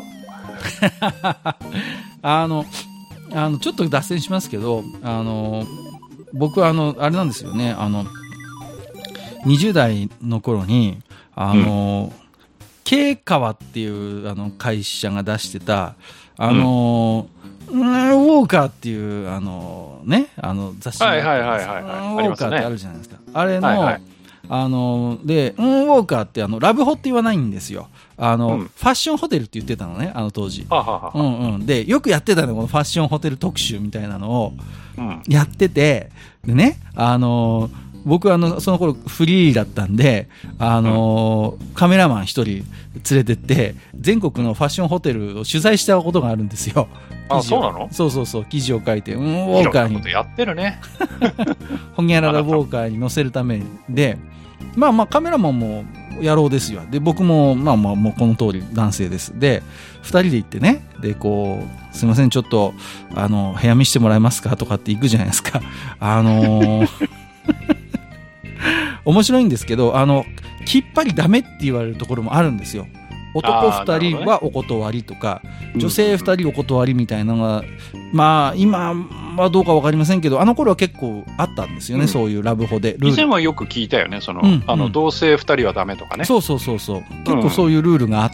ちょっと脱線しますけど、僕はあれなんですよね、20代の頃に、K 川っていう会社が出してた、ウォーカーっていう、雑誌があウォーカーってあるじゃないですか。あれの、で、ウォーカーってラブホって言わないんですよ。ファッションホテルって言ってたのね、当時。で、よくやってたの、このファッションホテル特集みたいなのをやってて、でね、僕はその頃フリーだったんで、カメラマン一人連れてって、全国のファッションホテルを取材したことがあるんですよ。 そうなの？ そう、記事を書いて、ウォーカーに。いろんなことやってるね。 ホニャララウォーカーに載せるためで、カメラマンも野郎ですよ。で、僕も、もうこの通り男性です。で、二人で行ってね、で、こう、すいません、ちょっと、部屋見してもらえますかとかって行くじゃないですか。面白いんですけど、きっぱりダメって言われるところもあるんですよ。男二人はお断りとか、女性二人お断りみたいなのが、今はどうかわかりませんけど、あの頃は結構あったんですよね、そういうラブホで。ルール。 以前はよく聞いたよね、同性二人はダメとかね。そう。 結構そういうルールがあって、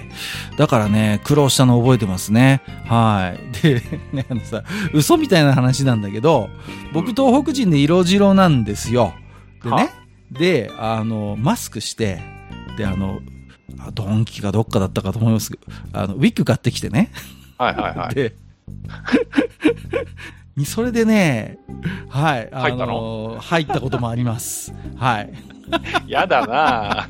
だからね、苦労したの覚えてますね。はい。で、ね、嘘みたいな話なんだけど、僕東北人で色白なんですよ。でね、で、マスクして、で、ドンキかどっかだったかと思いますけど、ウィッグ買ってきてね。で、それでね、はい、入ったこともあります。はい。 やだな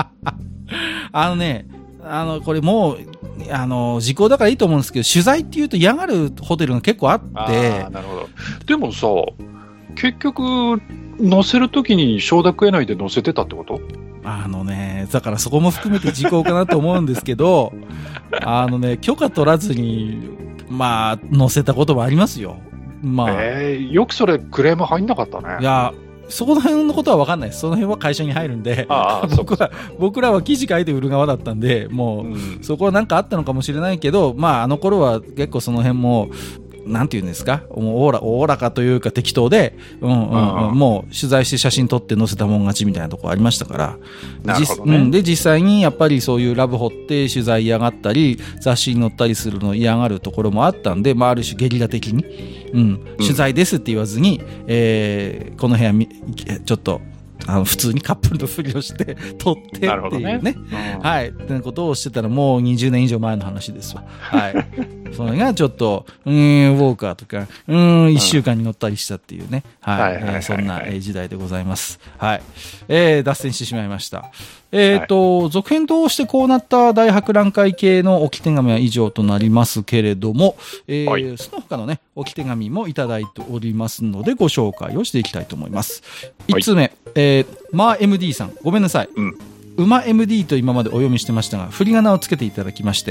これもう、時効だからいいと思うんですけど、取材って言うと嫌がるホテルが結構あって。 なるほど。でもさ、結局、乗せるときに承諾得ないで乗せてたってこと？ だからそこも含めて時効かなと思うんですけど、許可取らずに、乗せたこともありますよ。 よくそれクレーム入んなかったね。 いや、そこの辺のことは分かんないです。その辺は会社に入るんで、僕らは記事書いて売る側だったんで、もう、そこは何かあったのかもしれないけど、あの頃は結構その辺も、なんていうんですか、おおらかというか適当で、もう取材して写真撮って載せたもん勝ちみたいなところありましたから。 なるほどね。 で、実際にやっぱりそういうラブホって取材嫌がったり、雑誌に載ったりするの嫌がるところもあったんで、ある種ゲリラ的に、取材ですって言わずに、この部屋ちょっと、普通にカップルのふりをして撮ってっていうね。はい。ってことをしてたらもう20年以上前の話ですわ。はい。それがちょっと、ウォーカーとか、1週間に乗ったりしたっていうね。はい。そんな時代でございます。はい。脱線してしまいました。続編としてこうなった大博覧会系の置き手紙は以上となりますけれども、その他のね、置き手紙もいただいておりますのでご紹介をしていきたいと思います。1つ目、MD さん、ごめんなさい。馬 MD と今までお読みしてましたが、振り仮名をつけていただきまして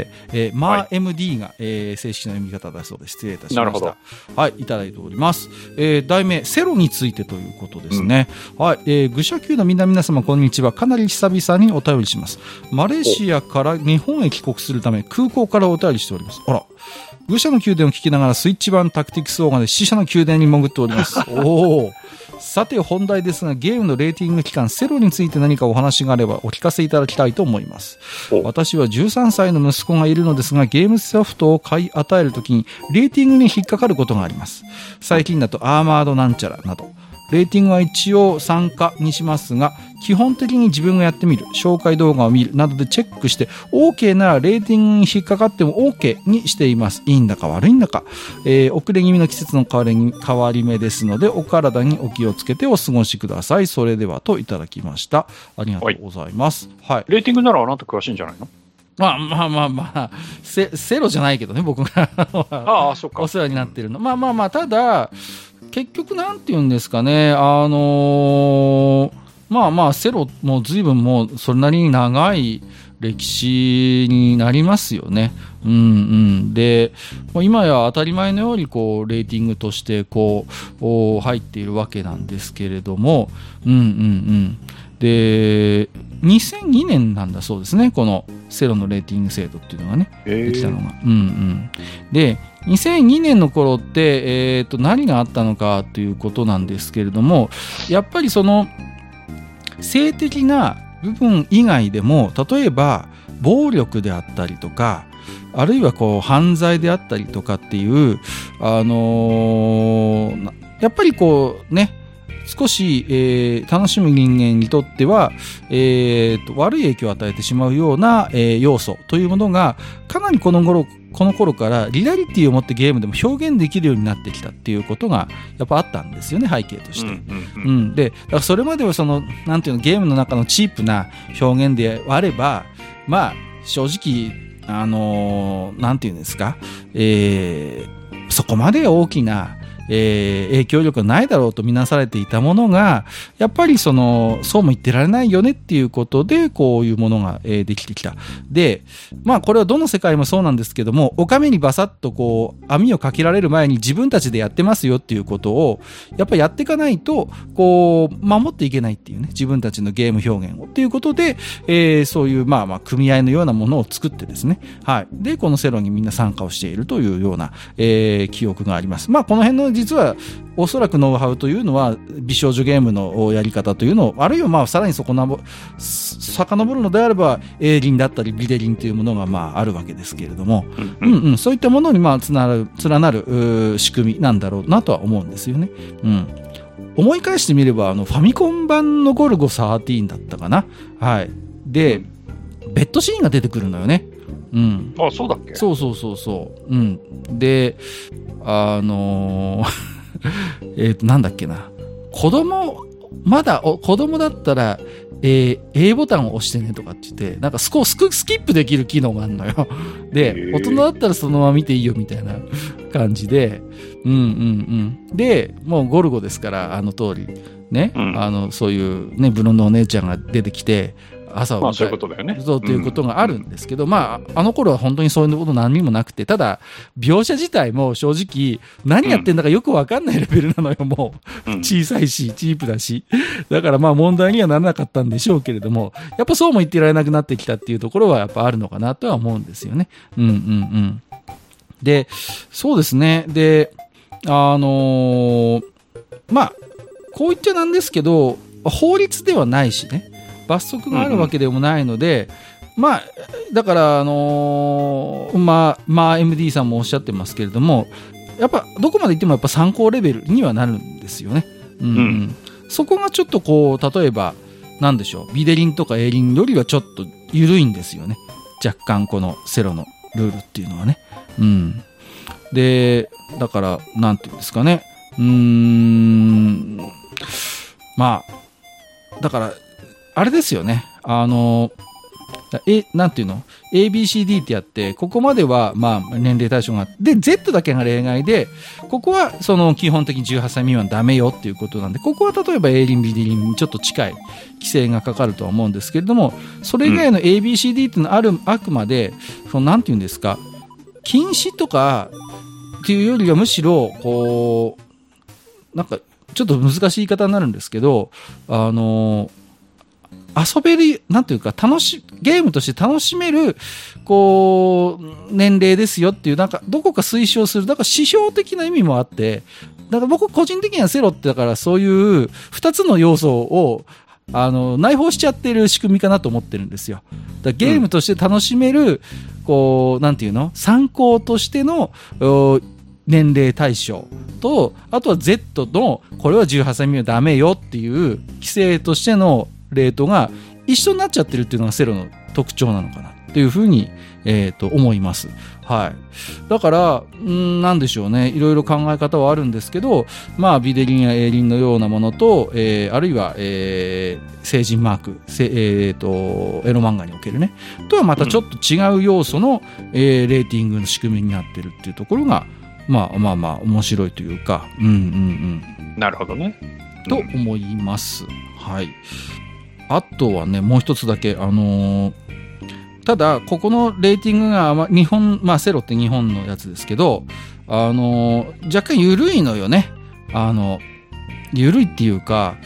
、MD が、正式な読み方だそうで失礼いたしました。はい、いただいております。題名、セロについてということですね。はい、愚者級の皆様こんにちは。かなり久々にお便りします。マレーシアから日本へ帰国するため、空港からお便りしております。あら。愚者の宮殿を聞きながらスイッチ版タクティクスオーガで死者の宮殿に潜っております。おー。さて本題ですが、ゲームのレーティング期間セロについて何かお話があればお聞かせいただきたいと思います。私は13歳の息子がいるのですが、ゲームソフトを買い与えるときにレーティングに引っかかることがあります。最近だとアーマードなんちゃらなどレーティングは一応参加にしますが、基本的に自分がやってみる、紹介動画を見るなどでチェックして OK ならレーティングに引っかかっても OK にしています。いいんだか悪いんだか、遅れ気味の季節の変わり目ですので、お体にお気をつけてお過ごしください。それではといただきました。ありがとうございます。はい。 レーティングならあなた詳しいんじゃないの？ セロじゃないけどね、僕がそっか。 お世話になってるの。ただ結局なんて言うんですかね、セロも随分もうそれなりに長い歴史になりますよね。で、今や当たり前のようにこうレーティングとしてこう入っているわけなんですけれども、で、2002年なんだそうですね、このセロのレーティング制度っていうのがね、できたのが。で、2002年の頃って、何があったのかということなんですけれども、やっぱりその性的な部分以外でも、例えば暴力であったりとか、あるいはこう犯罪であったりとかっていう、やっぱりこうね、少し、楽しむ人間にとっては、悪い影響を与えてしまうような、要素というものがかなりこの頃からリアリティを持ってゲームでも表現できるようになってきたっていうことがやっぱあったんですよね、背景として。で、だからそれまではそのなんていうの、ゲームの中のチープな表現であれば、正直なんていうんですか、そこまで大きな影響力がないだろうとみなされていたものが、やっぱりそうも言ってられないよねっていうことで、こういうものが、できてきた。で、まあこれはどの世界もそうなんですけども、お上にバサッとこう、網をかけられる前に自分たちでやってますよっていうことを、やっぱりやっていかないと、こう、守っていけないっていうね、自分たちのゲーム表現をっていうことで、そういう、まあ、組合のようなものを作ってですね、はい。で、このセロにみんな参加をしているというような、記憶があります。まあ、この辺の実は、おそらくノウハウというのは、美少女ゲームのやり方というのを、あるいはまあ、さらに遡るのであれば、エーリンだったり、ビデリンというものがまあ、あるわけですけれども、そういったものにまあ、連なる仕組みなんだろうなとは思うんですよね。思い返してみれば、ファミコン版のゴルゴ13だったかな。はい。で、ベッドシーンが出てくるのよね。 あ、そうだっけ？ そう。で、なんだっけな。子供だったら、A ボタンを押してねとかって言って、なんかスキップできる機能があるのよ。で、大人だったらそのまま見ていいよみたいな感じで、で、もうゴルゴですから、あの通り、ね、そういうね、ブロンドお姉ちゃんが出てきて、朝を迎える。 そういうことだよね。 そうということがあるんですけど、まあ、あの頃は本当にそういうこと何にもなくて、ただ、描写自体も正直、何やってんだかよくわかんないレベルなのよ、もう。小さいし、チープだし。だからまあ問題にはならなかったんでしょうけれども、やっぱそうも言ってられなくなってきたっていうところはやっぱあるのかなとは思うんですよね。で、そうですね。で、まあ、こう言っちゃなんですけど、法律ではないしね。罰則があるわけでもないので、まあ、だから、まあ、MD さんもおっしゃってますけれども、やっぱ、どこまで行ってもやっぱ参考レベルにはなるんですよね。そこがちょっとこう、例えば、なんでしょう、ビデリンとかエーリンよりはちょっと緩いんですよね。若干このセロのルールっていうのはね。で、だから、なんていうんですかね。まあ、だから、あれですよね。なんていうの ?ABCD ってやって、ここまでは、まあ、年齢対象があって、で、Z だけが例外で、ここは、基本的に18歳未満ダメよっていうことなんで、ここは例えば A リン、B リンにちょっと近い規制がかかるとは思うんですけれども、それ以外の ABCD っていうのはあくまで、なんていうんですか、禁止とかっていうよりはむしろ、こう、なんか、ちょっと難しい言い方になるんですけど、遊べる、なんていうか、ゲームとして楽しめる、こう、年齢ですよっていう、なんか、どこか推奨する、だから指標的な意味もあって、だから僕個人的にはセロってだからそういう二つの要素を、内包しちゃってる仕組みかなと思ってるんですよ。だゲームとして楽しめる、こう、なんていうの？参考としての、年齢対象と、あとは Z の、これは18歳未満ダメよっていう規制としてのレートが一緒になっちゃってるっていうのがセロの特徴なのかなっていうふうに、思います。はい。だから、なんでしょうね。いろいろ考え方はあるんですけど、まあ、ビデリンやエーリンのようなものと、あるいは、成人マーク、エロ漫画におけるね、とはまたちょっと違う要素の、レーティングの仕組みになってるっていうところが、まあ、面白いというか、 なるほどね。 と思います。はい。あとはね、もう一つだけ、ただ、ここのレーティングが、日本、まあ、セロって日本のやつですけど、若干緩いのよね。緩いっていうか、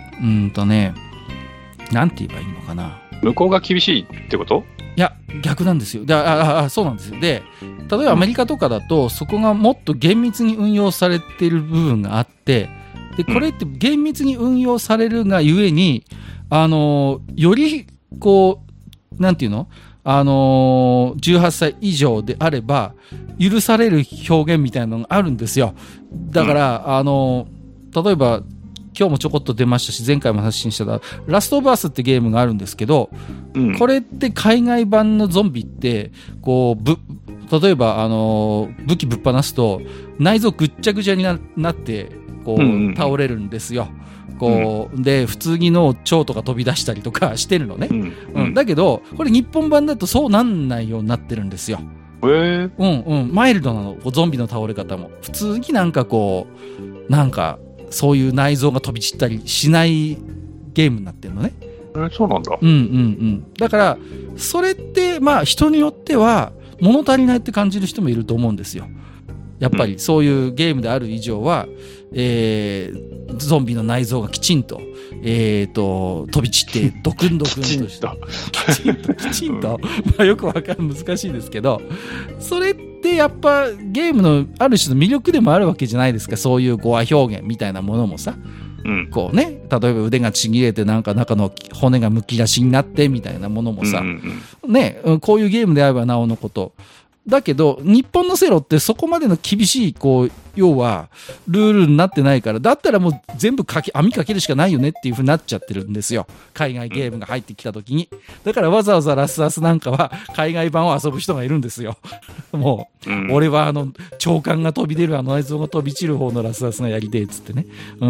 なんて言えばいいのかな。 向こうが厳しいってこと？ いや、逆なんですよ。そうなんですよ。で、例えばアメリカとかだと、そこがもっと厳密に運用されている部分があって、で、これって厳密に運用されるがゆえに、より、こう、なんていうの？18歳以上であれば、許される表現みたいなのがあるんですよ。だから、例えば、今日もちょこっと出ましたし、前回も発信したラストオブアスってゲームがあるんですけど、これって海外版のゾンビって、こう、例えば、武器ぶっ放すと、内臓ぐっちゃぐちゃになって、こう、倒れるんですよ。こう、で、普通にの腸とか飛び出したりとかしてるのね。だけど、これ日本版だとそうなんないようになってるんですよ。 マイルドなの、ゾンビの倒れ方も。普通になんかこう、なんか、そういう内臓が飛び散ったりしないゲームになってるのね。 そうなんだ。 だから、それって、まあ、人によっては、物足りないって感じる人もいると思うんですよ。やっぱりそういうゲームである以上は、ゾンビの内臓がきちんと、飛び散ってドクンドクンとしてきちんとまあよくわかる、難しいですけど、それってやっぱゲームのある種の魅力でもあるわけじゃないですか。そういう語話表現みたいなものもさ、こうね、例えば腕がちぎれてなんか中の骨がむき出しになってみたいなものもさ、ね、こういうゲームであればなおのこと。だけど、日本のセロってそこまでの厳しい、こう、要は、ルールになってないから、だったらもう全部網かけるしかないよねっていう風になっちゃってるんですよ。海外ゲームが入ってきた時に。だからわざわざラスアスなんかは、海外版を遊ぶ人がいるんですよ。もう、俺は長官が飛び出る、内臓が飛び散る方のラスアスがやりてえっつってね。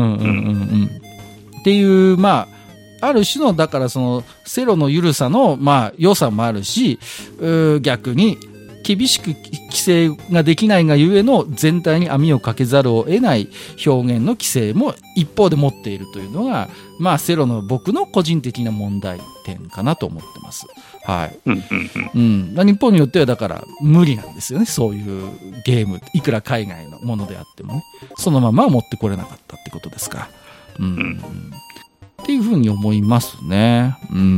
っていう、まあ、ある種の、だからその、セロの緩さの、まあ、良さもあるし、逆に、厳しく規制ができないがゆえの全体に網をかけざるを得ない表現の規制も一方で持っているというのが、まあ、セロの僕の個人的な問題点かなと思ってます。はい。日本によってはだから無理なんですよね。そういうゲーム、いくら海外のものであってもね。そのまま持ってこれなかったってことですから。っていうふうに思いますね。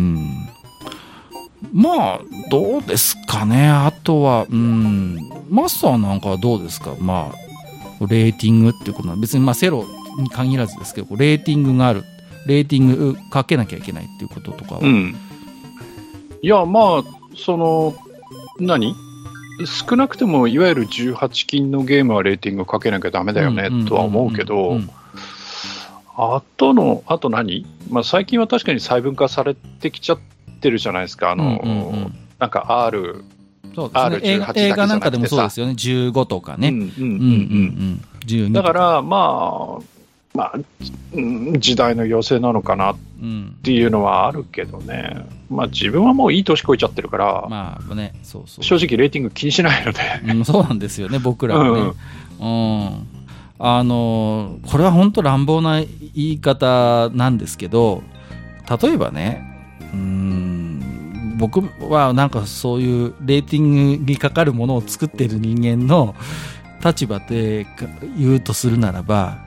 まあ、どうですかね。あとは、マスターなんかはどうですか。まあ、レーティングっていうことは、別にまあ、セロに限らずですけど、レーティングがある。レーティングかけなきゃいけないっていうこととかは。 いや、まあ、少なくても、いわゆる18禁のゲームはレーティングかけなきゃダメだよね、とは思うけど、あと何、まあ、最近は確かに細分化されてきちゃってるじゃないですか。なんか R、 そうですね、R18 だけじゃなくてさ、映画なんかでもそうですよね。15とかね。12 だからまあ、時代の要請なのかなっていうのはあるけどね。まあ自分はもういい年越えちゃってるから、 まあね、 正直レーティング気にしないので。 そうなんですよね、僕らはね。これは本当乱暴な言い方なんですけど、例えばね、僕はなんかそういうレーティングにかかるものを作っている人間の立場で言うとするならば、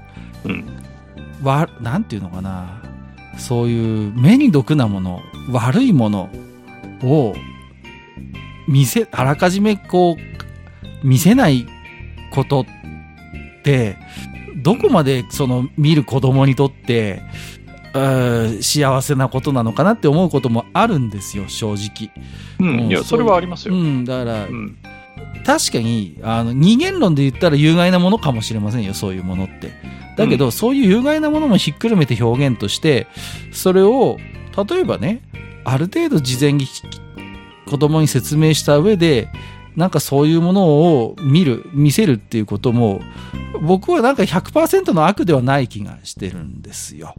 なんていうのかな、そういう目に毒なもの、悪いものをあらかじめこう見せないことってどこまでその見る子供にとって幸せなことなのかなって思うこともあるんですよ、正直。 いや、それはありますよ。 だから、確かに二元論で言ったら有害なものかもしれませんよ、そういうものって。だけど、そういう有害なものもひっくるめて表現としてそれを例えばね、ある程度事前に子供に説明した上でなんかそういうものを見せるっていうことも僕はなんか 100% の悪ではない気がしてるんですよ。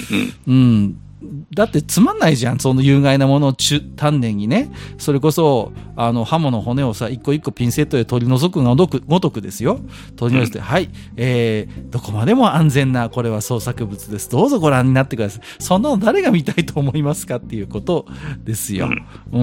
だってつまんないじゃん、その有害なものを丹念にね、それこそハモの骨をさ一個一個ピンセットで取り除くがごとくですよ、取り除いて、はい、どこまでも安全なこれは創作物です、どうぞご覧になってください。そんなの誰が見たいと思いますかっていうことですよ。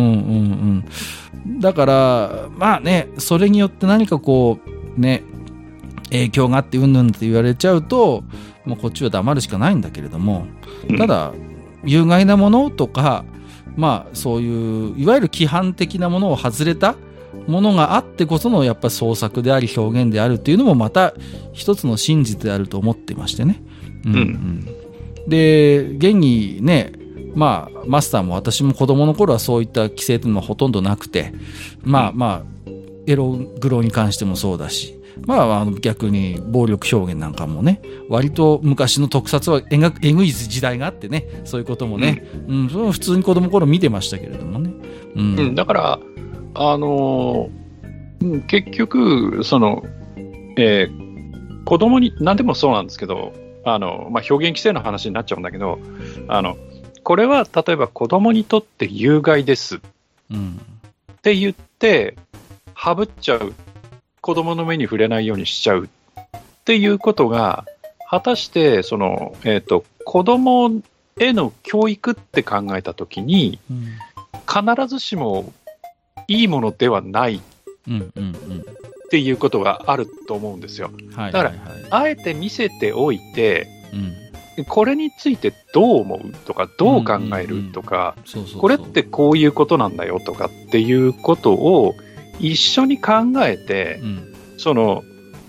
だからまあね、それによって何かこうね影響があってうんぬんって言われちゃうともうこっちは黙るしかないんだけれども、ただ有害なものとか、まあそういういわゆる規範的なものを外れたものがあってこそのやっぱ創作であり表現であるっていうのもまた一つの真実であると思ってましてね。で現にね、まあマスターも私も子供の頃はそういった規制というのはほとんどなくて、まあエログロに関してもそうだし、逆に暴力表現なんかもね、割と昔の特撮はえぐい時代があってね、そういうこともね、それは普通に子供の頃見てましたけれどもね。 だから結局その、子供に何でもそうなんですけど、表現規制の話になっちゃうんだけど、これは例えば子供にとって有害ですって言って省っちゃう、子供の目に触れないようにしちゃうっていうことが、果たしてその、子供への教育って考えたときに、必ずしもいいものではないっていうことがあると思うんですよ。だから、あえて見せておいて、これについてどう思うとか、どう考えるとか、これってこういうことなんだよとかっていうことを一緒に考えて、その、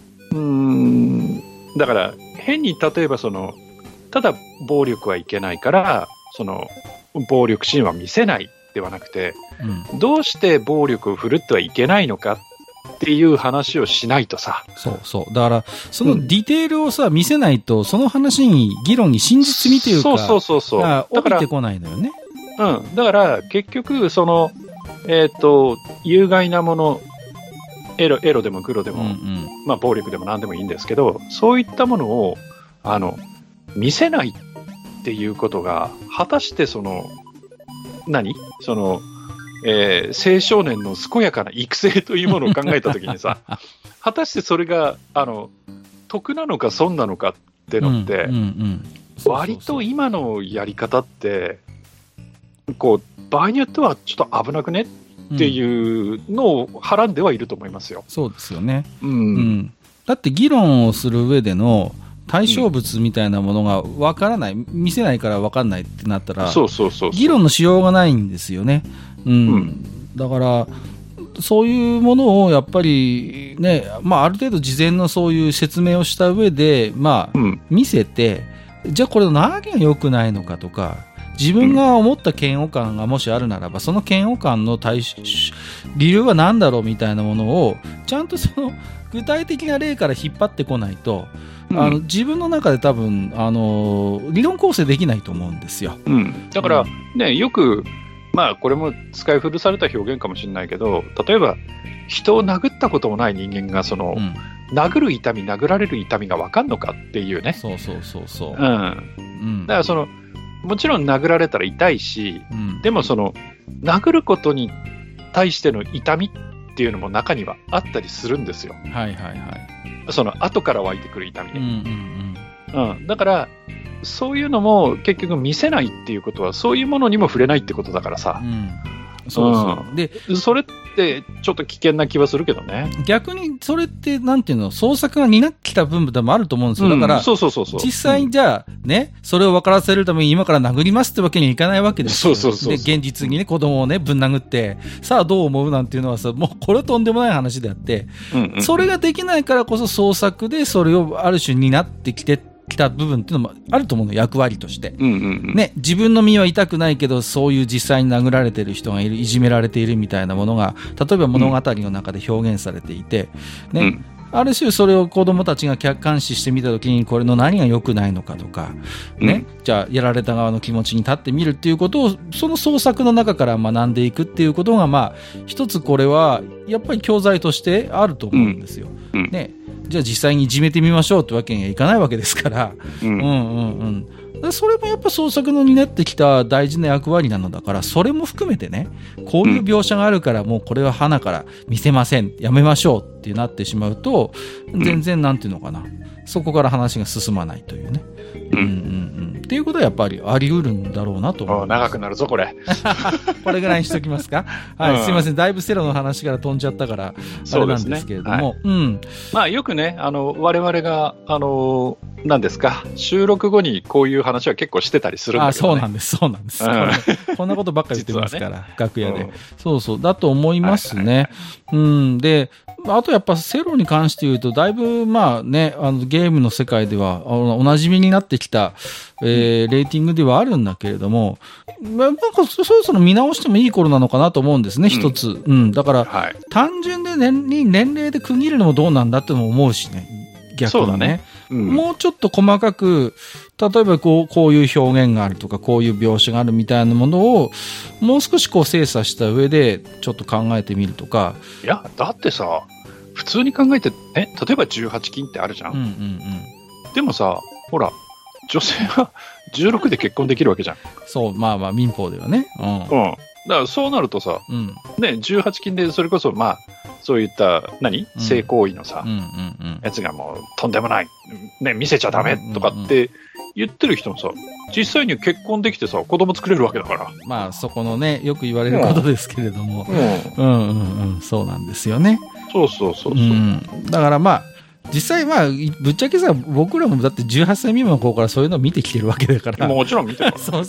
だから変に例えばその、ただ暴力はいけないから、その暴力シーンは見せないではなくて、どうして暴力を振るってはいけないのかっていう話をしないとさ。 そうそう。だから、そのディテールをさ、見せないと、その話に、議論に真実味というか、降りてこないのよね。 だから、結局、その、有害なもの、エロでもグロでも、まあ、暴力でも何でもいいんですけど、そういったものを、見せないっていうことが、果たしてその、その、青少年の健やかな育成というものを考えたときにさ、果たしてそれが得なのか損なのかってのって、割と今のやり方ってこう場合によってはちょっと危なくねっていうのをはらんではいると思いますよ。 そうですよね、だって議論をする上での対象物みたいなものがわからない、見せないからわかんないってなったら、議論のしようがないんですよね。だからそういうものをやっぱりね、ある程度事前のそういう説明をした上で、見せて、じゃあこれの何が良くないのかとか、自分が思った嫌悪感がもしあるならば、その嫌悪感の理由は何だろうみたいなものをちゃんとその具体的な例から引っ張ってこないと、自分の中で多分理論構成できないと思うんですよ。 だから、ね、よくこれも使い古された表現かもしれないけど、例えば人を殴ったこともない人間がその、殴る痛み、殴られる痛みが分かんのかっていうね。だからそのもちろん殴られたら痛いし、でもその殴ることに対しての痛みっていうのも中にはあったりするんですよ。その後から湧いてくる痛みね。だからそういうのも結局見せないっていうことは、そういうものにも触れないってことだからさ。で、それってちょっと危険な気はするけどね。 逆にそれってなんていうの、創作が担ってきた部分でもあると思うんですよ。だから、実際にじゃあね、それを分からせるために今から殴りますってわけにはいかないわけですよ。で、現実にね、子供をね、ぶん殴って、さあどう思うなんていうのはさ、もうこれはとんでもない話であって、それができないからこそ創作でそれをある種担ってきた部分っていうのもあると思うの、役割として、ね、自分の身は痛くないけど、そういう実際に殴られている人がいる、いじめられているみたいなものが例えば物語の中で表現されていて、ね、ある種それを子どもたちが客観視してみたときに、これの何が良くないのかとか、ね、じゃあやられた側の気持ちに立ってみるっていうことを、その創作の中から学んでいくっていうことが、一つこれはやっぱり教材としてあると思うんですよ。ね、じゃあ実際にいじめてみましょうってわけにはいかないわけですから、それもやっぱ創作の担ってきた大事な役割なのだから、それも含めてね、こういう描写があるからもうこれは花から見せません、やめましょうってなってしまうと、全然なんていうのかな、そこから話が進まないというね。っていうことはやっぱりあり得るんだろうなと思う。 長くなるぞこれ。 これぐらいにしときますか。すいません、だいぶセロの話から飛んじゃったからあれなんですけれども、 よくね、我々が何ですか、収録後にこういう話は結構してたりするんだけどね。 そうなんです、こんなことばっかり言ってますから、楽屋で。だと思いますね。で、あとやっぱセロに関して言うと、だいぶゲームの世界ではおなじみになってきた、レーティングではあるんだけれども、なんかそろそろ見直してもいい頃なのかなと思うんですね、一つ。だから、単純で年齢で区切るのもどうなんだってのも思うしね、逆にね。もうちょっと細かく、例えばこういう表現があるとか、こういう描写があるみたいなものを、もう少し精査した上で、ちょっと考えてみるとか。 いや、だってさ、普通に考えて、例えば18禁ってあるじゃん。でもさ、ほら、女性は16で結婚できるわけじゃん。 そう、民法ではね。 だからそうなるとさ、18禁でそれこそそういった性行為のさ、やつがもうとんでもない、ね、見せちゃダメとかって言ってる人もさ、実際に結婚できてさ、子供作れるわけだから。 まあそこのね、よく言われることですけれども、そうなんですよね。 そうそうそうそう、 だからまあ実際まあぶっちゃけさ、僕らもだって18歳未満の子からそういうのを見てきてるわけだから。 もちろん見てるから。 そう。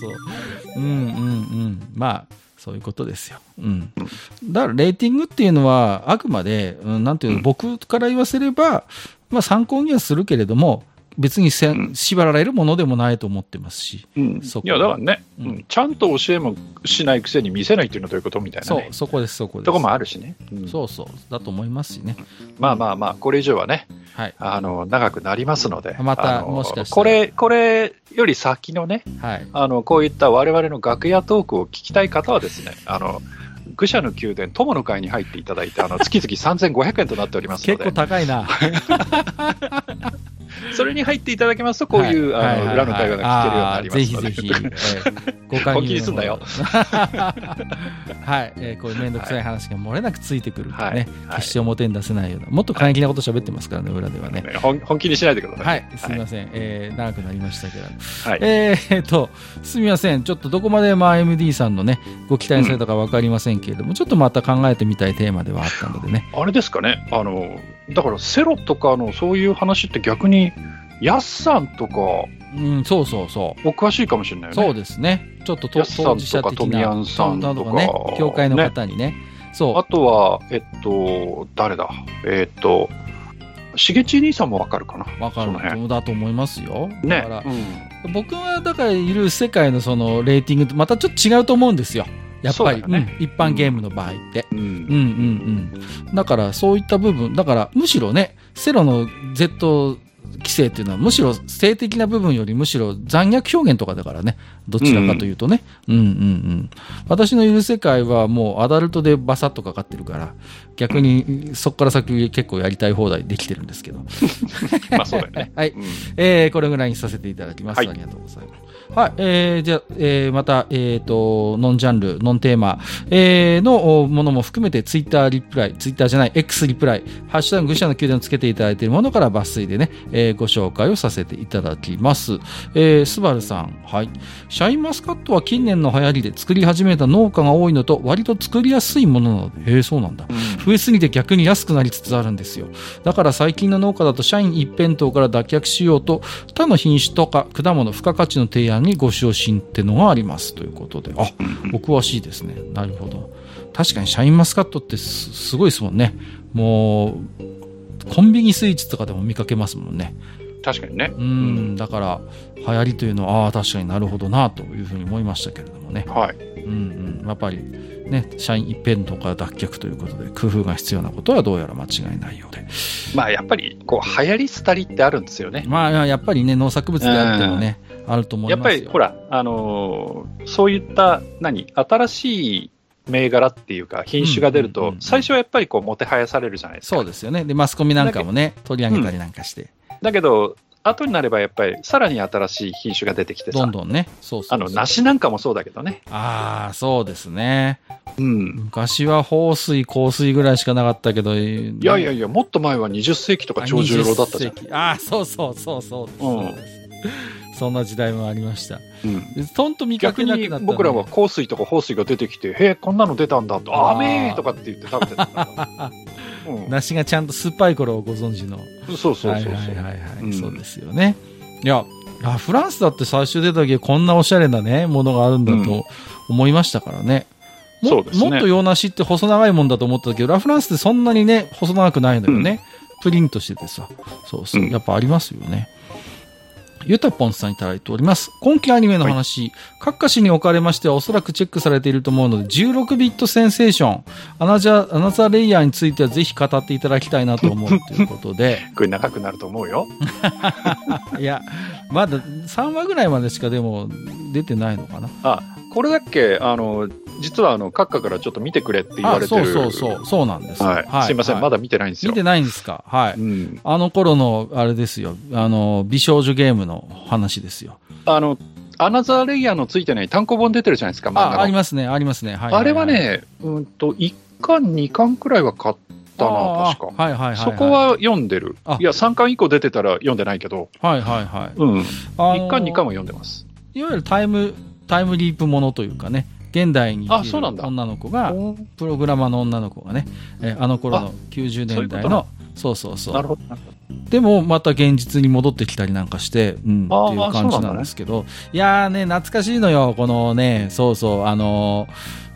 まあそういうことですよ。だからレーティングっていうのはあくまで、なんていうの、僕から言わせれば、まあ参考にはするけれども、別に縛られるものでもないと思ってますし。いや、だからね、ちゃんと教えもしないくせに見せないっていうのはどういうことみたいなね。 そこです。とこもあるしね。 そうだと思いますしね。 まあ、これ以上はね、長くなりますので。 また、もしかしたら。 これより先のね、こういった我々の楽屋トークを聞きたい方はですね、愚者の宮殿友の会に入っていただいて、月々3500円となっておりますので。 結構高いな。 それに入っていただけますと、こういう裏の会話が聞けるようになりますので。 ぜひ、ご加入。 本気にすんだよ。 はい、こういうめんどくさい話が漏れなくついてくるんでね、決して表に出せないような、もっと過激なこと喋ってますからね、裏ではね。 本気にしないでください。 はい、すみません、長くなりましたけど。すみません、ちょっとどこまでMD さんのね、ご期待されたか分かりませんけれども、ちょっとまた考えてみたいテーマではあったのでね。 あれですかね、だからセロとかのそういう話って逆にヤスさんとか、 そうお詳しいかもしれないよね。 そうですね。ちょっとヤスさんとかトミヤンさんとかね、教会の方にね。 あとは誰だ、しげち兄さんもわかるかな。 わかるだと思いますよ。 ね。 だから僕はだからいる世界のそのレーティングとまたちょっと違うと思うんですよ。やっぱり、一般ゲームの場合って。だからそういった部分、だからむしろね、セロの Z 規制っていうのはむしろ性的な部分よりむしろ残虐表現とかだからね、どちらかというとね。私のいる世界はもうアダルトでバサッとかかってるから、逆にそこから先結構やりたい放題できてるんですけど。 まあそうだよね。 はい。これぐらいにさせていただきます。ありがとうございます。はい。じゃあ、また、ノンジャンル、ノンテーマ、のものも含めて、ツイッターリプライ、ツイッターじゃない、X リプライ、ハッシュタグ愚者の宮殿をつけていただいているものから抜粋でね、ご紹介をさせていただきます。スバルさん、はい。シャインマスカットは近年の流行りで作り始めた農家が多いのと、割と作りやすいものなので、そうなんだ。増えすぎて逆に安くなりつつあるんですよ。だから最近の農家だと、社員一辺倒から脱却しようと、他の品種とか果物、付加価値の提案にご使用心ってのがありますということで、お詳しいですね。なるほど。確かにシャインマスカットってすごいですもんね。もうコンビニスイーツとかでも見かけますもんね。 確かにね。 だから流行りというのは確かになるほどなというふうに思いましたけれどもね。 はい。 やっぱりね、社員一辺倒から脱却ということで工夫が必要なことはどうやら間違いないようで。 まあやっぱりこう流行り廃りってあるんですよね。 まあやっぱりね、農作物であってもね。あると思いますよ。 やっぱりほら、そういった新しい銘柄っていうか品種が出ると、最初はやっぱりこうもてはやされるじゃないですか。 そうですよね。でマスコミなんかもね取り上げたりなんかして。 だけど後になればやっぱりさらに新しい品種が出てきてさ、 どんどんね。 梨なんかもそうだけどね。 そうですね。昔は豊水香水ぐらいしかなかったけど、いやもっと前は20世紀とか長十郎だったじゃん。 そう。そんな時代もありました。とんと見かけなくなった、 逆に僕らは香水とか豊水が出てきて、へえ、こんなの出たんだと、甘ーとかって言って食べてた。 梨がちゃんと酸っぱい頃をご存知の。 そう。 そうですよね。いや、フランスだって最初出た時こんなおしゃれなね、ものがあるんだと思いましたからね。もっと洋梨って細長いもんだと思ったけど、ラ・フランスってそんなにね、細長くないのよね。プリンとしててさ。やっぱありますよね。ゆたぽんさんいただいております。今期アニメの話、各歌詞におかれましてはおそらくチェックされていると思うので、16ビットセンセーション、アナザーレイヤーについてはぜひ語っていただきたいなと思うということで。 これ長くなると思うよ。 いや、まだ3話ぐらいまでしかでも出てないのかな。 これだっけ、実は閣下からちょっと見てくれって言われてる。 そうなんです。 すいません、まだ見てないんですよ。 見てないんですか。はい。あの頃のあれですよ、美少女ゲームの話ですよ。 アナザーレイヤーのついてない単行本出てるじゃないですか。 ありますね。 あれはね、1 巻、2巻くらいは買ったな、確か。 はいはいはい、はい。 そこは読んでる。いや、3巻以降出てたら読んでないけど。 はいはいはい。 うん。1巻、2巻は読んでます。 いわゆるタイムリープものというかね、現代に生きる女の子が、プログラマーの女の子がね、あの頃の90年代の、そうそうそう。 なるほど。 でも、また現実に戻ってきたりなんかして、うん、っていう感じなんですけど、いやーね、懐かしいのよ、このね、そうそう、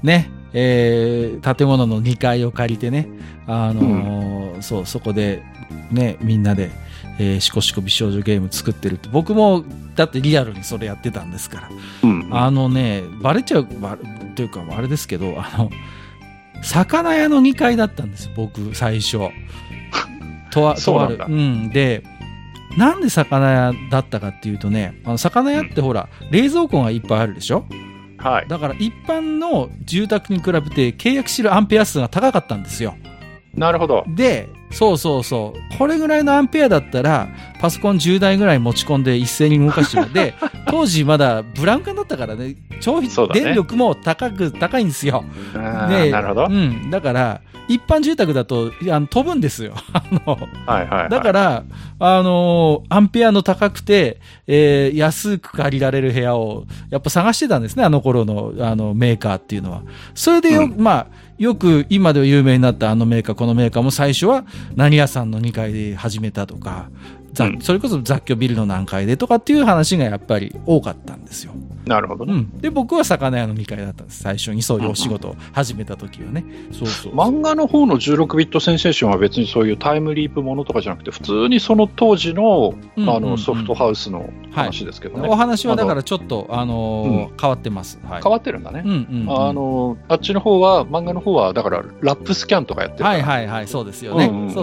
ね、建物の2階を借りてね、そう、そこで、ね、みんなで、シコシコ美少女ゲーム作ってるって、僕も、だってリアルにそれやってたんですから。バレちゃう、というか、あれですけど、魚屋の2階だったんですよ、僕、最初。とある。うん。で、なんで魚屋だったかっていうとね、魚屋ってほら、冷蔵庫がいっぱいあるでしょ？ はい。 だから一般の住宅に比べて契約してるアンペア数が高かったんですよ。 なるほど。 で、そうそうそう。これぐらいのアンペアだったら、パソコン10台ぐらい持ち込んで一斉に動かしてる。で、当時まだブラウン管だったからね、電力も高いんですよ。 なるほど。 うん。だから、一般住宅だと飛ぶんですよ。だから、アンペアの高くて、安く借りられる部屋を、やっぱ探してたんですね、あの頃の、メーカーっていうのは。それでよく今では有名になったあのメーカー、このメーカーも最初は何屋さんの2階で始めたとか、それこそ雑居ビルの何階でとかっていう話がやっぱり多かったんですよ。 なるほどね。 うん。で、僕は魚屋の2階だったんです。最初にそういうお仕事を始めた時はね。そうそう。 漫画の方の16ビットセンセーションは別にそういうタイムリープものとかじゃなくて、普通にその当時の、ソフトハウスの話ですけどね。 お話はだからちょっと、変わってます。 はい。変わってるんだね。あっちの方は、漫画の方は、だから、ラップスキャンとかやってるから。 はいはいはい、そうですよね。そう。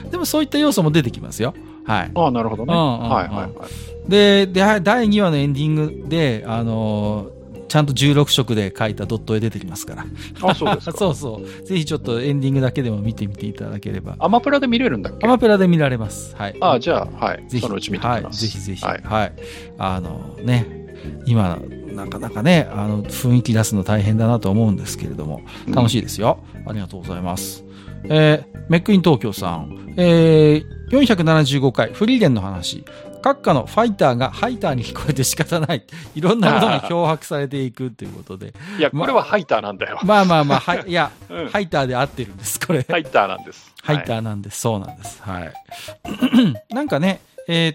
でもそういった要素も出てきますよ。はい。 ああ、なるほどね。はいはいはい。 で、第2話のエンディングで、ちゃんと16色で書いたドット絵出てきますから。 あ、そうですか。 そうそう。ぜひちょっとエンディングだけでも見てみていただければ。 アマプラで見れるんだっけ？ アマプラで見られます。はい。 あ、じゃあ、はい。ぜひ、そのうち見てみます。 ぜひぜひ。はい。ね、今、なかなかね、雰囲気出すの大変だなと思うんですけれども、楽しいですよ。ありがとうございます。メックイン東京さん、475回フリーレンの話。閣下のファイターがハイターに聞こえて仕方ない。いろんなものが漂白されていくということで。 いや、これはハイターなんだよ。 いや、ハイターで合ってるんです、これ。 ハイターなんです。 ハイターなんです。そうなんです。はい。なんかね、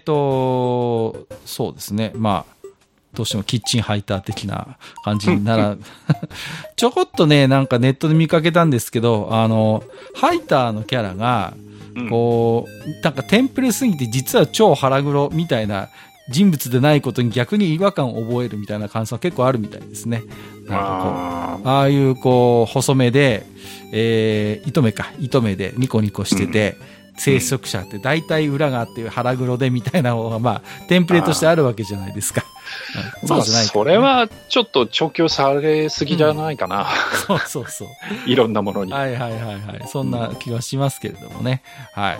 そうですね。どうしてもキッチンハイター的な感じになら、ちょこっとね、なんかネットで見かけたんですけど、ハイターのキャラが、なんかテンプレすぎて実は超腹黒みたいな人物でないことに逆に違和感を覚えるみたいな感想は結構あるみたいですね。なんかああいう細めで、糸目でニコニコしてて、生殖者って大体裏があって腹黒でみたいなのがテンプレとしてあるわけじゃないですか。 そうじゃないか、ね。それはちょっと調教されすぎじゃないかな。 そう。 いろんなものに。 はい。そんな気はしますけれどもね。はい。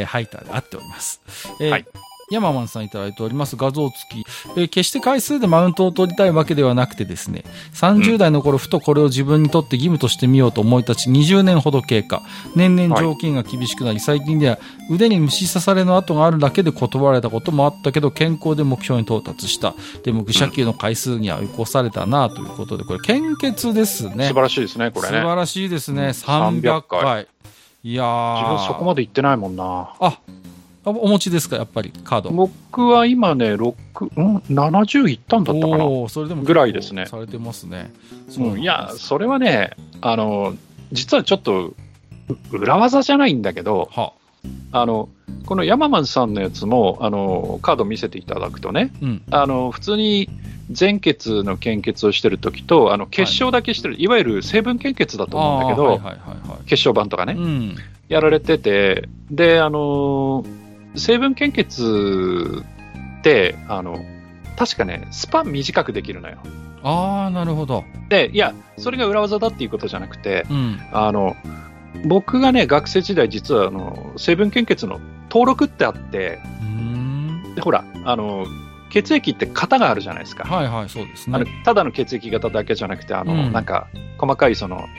ハイターで合っております。はい。ヤママンさんいただいております画像付き、決して回数でマウントを取りたいわけではなくてですね、30代の頃ふとこれを自分にとって義務としてみようと思い立ち20年ほど経過、年々条件が厳しくなり、最近では腕に虫刺されの跡があるだけで断られたこともあったけど、健康で目標に到達した。でも愚者級の回数には追い越されたなということで、これ献血ですね。 素晴らしいですね、これね。 素晴らしいですね。300回。いやー、 自分そこまで行ってないもんな。 お持ちですか、やっぱりカード。 僕は今ね、70いったんだったかな。それでもぐらいですね。 されてますね。 いや、それはね、実はちょっと裏技じゃないんだけど、このヤママンさんのやつもカード見せていただくとね、普通に全血の献血をしてるときと、結晶だけしてる、いわゆる成分献血だと思うんだけど、結晶版とかね、やられてて、で、成分献血って、確かね、スパン短くできるのよ。 ああ、なるほど。 で、いや、それが裏技だっていうことじゃなくて、僕がね、学生時代、実は成分献血の登録ってあって、でほら、血液って型があるじゃないですか。 はいはい、そうですね。 ただの血液型だけじゃなくて、なんか、細かい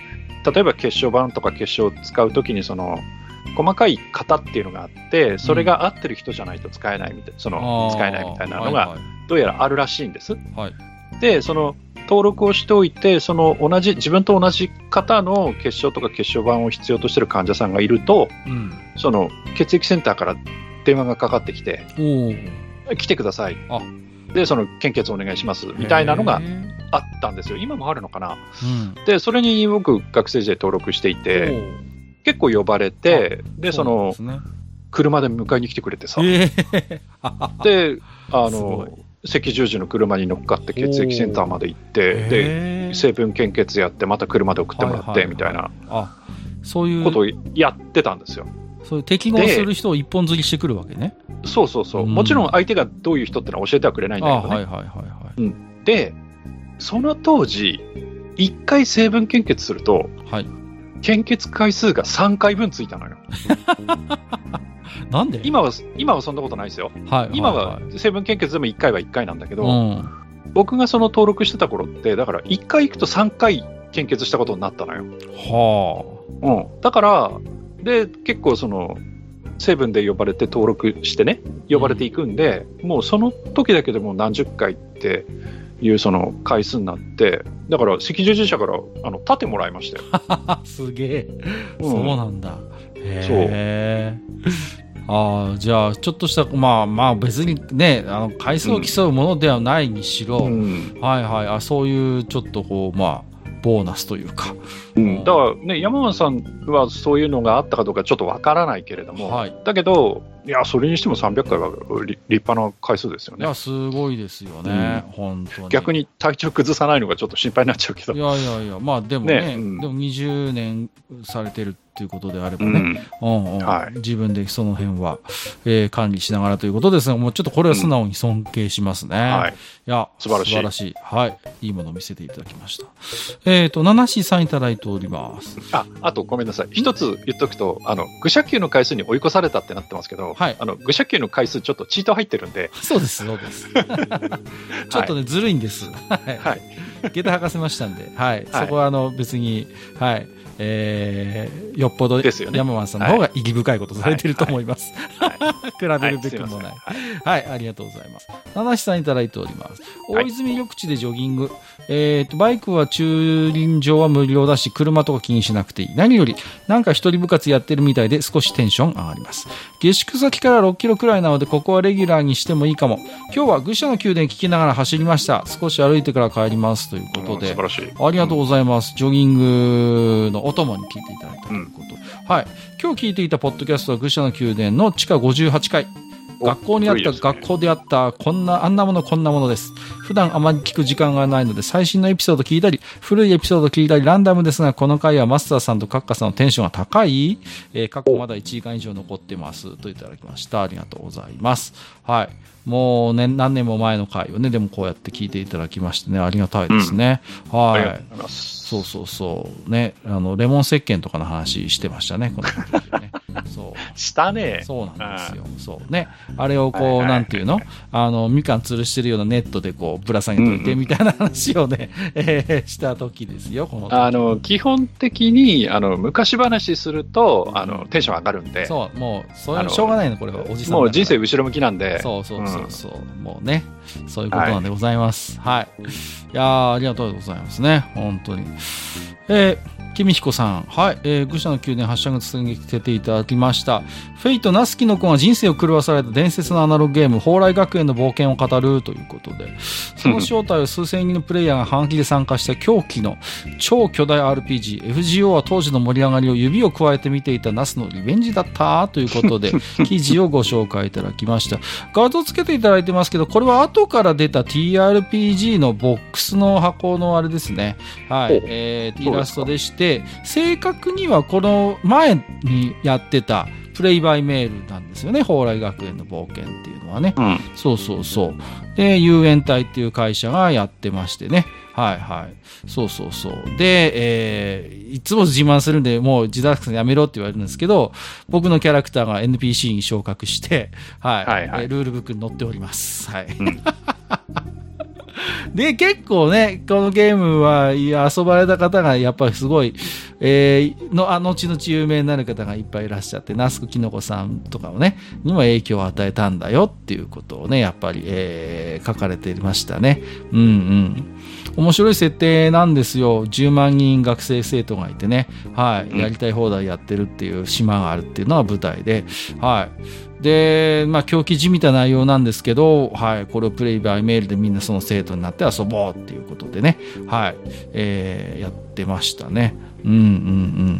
例えば決勝版とか決勝を使うときにその細かい型っていうのがあって、それが合ってる人じゃないと使えないみたいな、使えないみたいなのがどうやらあるらしいんです。 はい、 で、その登録をしておいて、その自分と同じ型の決勝とか決勝版を必要としている患者さんがいると、その血液センターから電話がかかってきて、来てください。で、その献血お願いしますみたいなのがあったんですよ。今もあるのかな。で、それに僕学生時代登録していて、結構呼ばれて、で、その車で迎えに来てくれてさ、で、赤十字の車に乗っかって血液センターまで行って、で、成分献血やって、また車で送ってもらって、みたいなことをやってたんですよ。 そういう適合する人を一本釣りしてくるわけね。 そうそうそう。もちろん相手がどういう人ってのは教えてはくれないんだけどね。で、その当時、1回成分献血すると、献血回数が3回分ついたのよ。 なんで？ 今はそんなことないですよ。今は成分献血でも1回は1回なんだけど、僕がその登録してた頃って、だから1回行くと3回献血したことになったのよ。だから、で、結構その、成分で呼ばれて登録してね、呼ばれていくんで、もうその時だけでも何十回っていうその回数になって、だから赤十字社から盾もらいましたよ。 すげえ。そうなんだ。へえ。じゃあ、ちょっとした、まあ別にね、回数を競うものではないにしろ、そういうちょっとこう、ボーナスというか。 だからね、山本さんはそういうのがあったかどうかちょっとわからないけれども、だけど、いや、それにしても300回は立派な回数ですよね。 いや、すごいですよね、本当に。 逆に体調崩さないのがちょっと心配になっちゃうけど。 いや、でもね、でも20年されてるっていうことであればね、自分でその辺は、管理しながらということですが、もうちょっとこれは素直に尊敬しますね。いや、素晴らしい。いいものを見せていただきました。ナナシーさんいただいております。 あとごめんなさい。一つ言っとくと、愚者級の回数に追い越されたってなってますけど、愚者級の回数ちょっとチート入ってるんで。 そうです。ちょっとね、ずるいんです。下駄履かせましたんで、そこは別に、よっぽど山満さんの方が意義深いことされてると思います。比べるべきもない。ありがとうございます。七七さんいただいております。大泉緑地でジョギング。バイクは駐輪場は無料だし、車とか気にしなくていい。何より、なんか一人部活やってるみたいで少しテンション上がります。下宿先から6キロくらいなので、ここはレギュラーにしてもいいかも。今日は愚者の宮殿聞きながら走りました。少し歩いてから帰ります。ということで。 素晴らしい。 ありがとうございます。ジョギングのお供に聞いていただいたということ。今日聞いていたポッドキャストは愚者の宮殿の地下58階。学校であったあんなものこんなものです。普段あまり聞く時間がないので最新のエピソード聞いたり古いエピソード聞いたりランダムですが、この回はマスターさんとカッカさんのテンションが高い、過去まだ1時間以上残ってますといただきました。ありがとうございます。もうね、何年も前の回をね、でもこうやって聞いていただきましてね、ありがたいですね。 ありがとうございます。 そうね、レモン石鹸とかの話してましたね、この時ね。 したね。 そうなんですよ。そうね。あれをこう、なんていうの？みかん吊るしてるようなネットでこう、ぶら下げといてみたいな話をね、した時ですよ、この時。 基本的に、昔話すると、テンション上がるんで。 そう、もう、そういうしょうがないの、これは、おじさん。 もう人生後ろ向きなんで。 そう。もうね、そういうことなんでございます。いやありがとうございますね、本当に。君彦さん、愚者の宮殿ハッシュタグ続けていただきました。フェイトナスキの子が人生を狂わされた伝説のアナログゲーム、蓬莱学園の冒険を語るということで、その正体を数千人のプレイヤーが半期で参加した狂気の超巨大 RPG、FGO は当時の盛り上がりを指を加えて見ていたナスのリベンジだったということで、記事をご紹介いただきました。画像つけていただいてますけど、これは後から出た TRPG のボックスの箱のあれですね。イラストでして、正確にはこの前にやってたプレイバイメールなんですよね。蓬莱学園の冒険っていうのはね。そう。で、遊園隊っていう会社がやってましてね。そう。で、いつも自慢するんで、もう自宅さんやめろって言われるんですけど、僕のキャラクターが NPC に昇格して、ルールブックに載っております。 で、結構ね、このゲームは遊ばれた方がやっぱりすごい、後々有名になる方がいっぱいいらっしゃって、ナスクキノコさんとかをね、にも影響を与えたんだよっていうことをね、やっぱり、書かれていましたね。うんうん。面白い設定なんですよ。10万人学生生徒がいてね、はい、やりたい放題やってるっていう島があるっていうのが舞台で、はい。で、まあ、狂気じみた内容なんですけど、はい、これをプレイバイメールでみんなその生徒になって遊ぼうっていうことでね、はい、やってましたね。うんうんうん。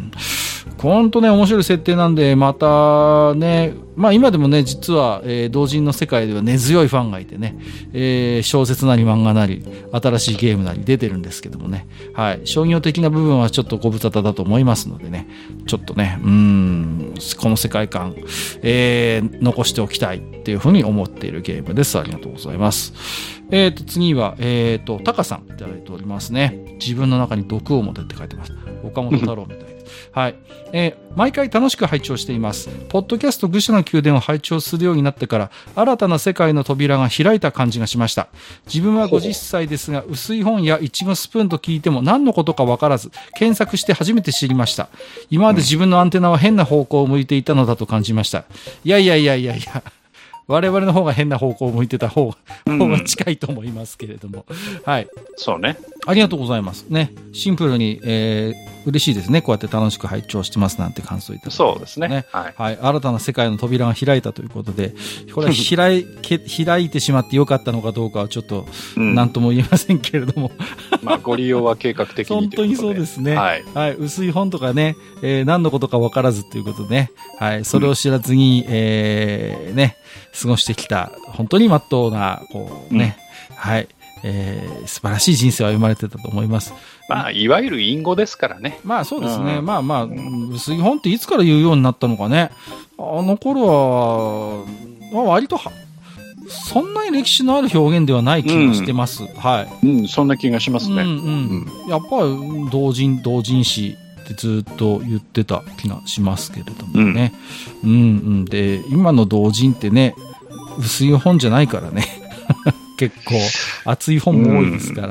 ほんとね、面白い設定なんで、またね、まあ今でもね、実は、同人の世界では根強いファンがいてね、小説なり漫画なり、新しいゲームなり出てるんですけどもね、はい、商業的な部分はちょっとご無沙汰だと思いますのでね、ちょっとね、この世界観、残しておきたいっていうふうに思っているゲームです。ありがとうございます。次は、タカさんいただいておりますね。自分の中に毒を持てって書いてます。岡本太郎みたいです。はい。毎回楽しく拝聴しています。ポッドキャスト愚者の宮殿を拝聴するようになってから、新たな世界の扉が開いた感じがしました。自分は50歳ですが、薄い本やいちごスプーンと聞いても何のことかわからず、検索して初めて知りました。今まで自分のアンテナは変な方向を向いていたのだと感じました。いや。我々の方が変な方向を向いてた方が近いと思いますけれども。はい。 そうね。 ありがとうございます。ね。シンプルに、嬉しいですね。こうやって楽しく拝聴してますなんて感想いただいて、 そうですね。 はい。はい。新たな世界の扉が開いたということで、これは開いてしまってよかったのかどうかはちょっと、何とも言えませんけれども。 まあ、ご利用は計画的に本当にそうですね。はい。はい。薄い本とかね、何のことか分からずということでね。はい。それを知らずに、ね、過ごしてきた、本当に真っ当な、こうね、はい。素晴らしい人生を歩まれてたと思います。 まあ、いわゆる隠語ですからね。 まあそうですね。まあ、薄い本っていつから言うようになったのかね。あの頃は、割とそんなに歴史のある表現ではない気がしてます。はい。 そんな気がしますね。 やっぱり同人誌ってずっと言ってた気がしますけれどもね。で、今の同人ってね、薄い本じゃないからね。結構厚い本も多いですから。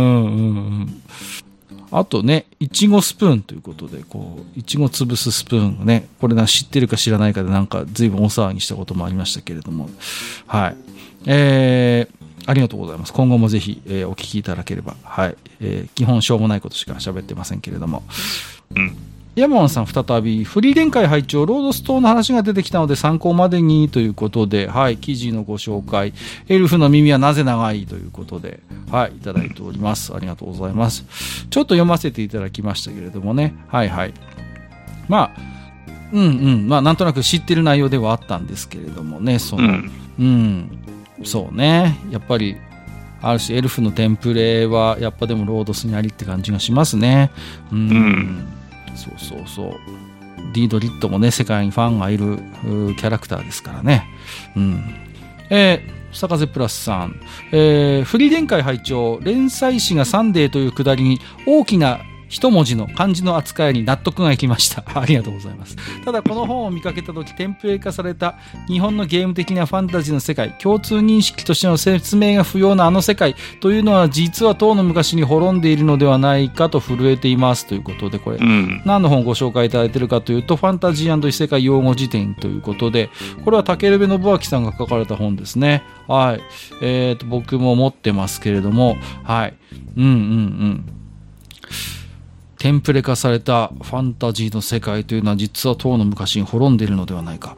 あとね、いちごスプーンということで、こう、いちご潰すスプーンね、これ知ってるか知らないかでなんか随分大騒ぎしたこともありましたけれども、はい。ありがとうございます。今後もぜひ、お聞きいただければ、はい。基本しょうもないことしか喋ってませんけれども。ヤモンさん再びフリー電会拝聴ロードストーンの話が出てきたので参考までにということで、はい、記事のご紹介、エルフの耳はなぜ長いということで、はい、いただいております。ありがとうございます。ちょっと読ませていただきましたけれどもね、はいはい。まあ、まあなんとなく知ってる内容ではあったんですけれどもね、そうね、やっぱり、ある種エルフのテンプレはやっぱでもロードスにありって感じがしますね。そう。ディードリットもね、世界にファンがいるキャラクターですからね。坂瀬プラスさん、フリー電会拝聴連載誌がサンデーというくだりに大きな一文字の漢字の扱いに納得がいきました。ありがとうございます。ただこの本を見かけた時、テンプレ化された日本のゲーム的なファンタジーの世界、共通認識としての説明が不要なあの世界というのは実は遠の昔に滅んでいるのではないかと震えていますということで、これ、何の本をご紹介いただいているかというと、ファンタジー異世界用語辞典ということで、これは竹部信明さんが書かれた本ですね。はい。僕も持ってますけれども、はい。テンプレ化されたファンタジーの世界というのは実は遠の昔に滅んでいるのではないか。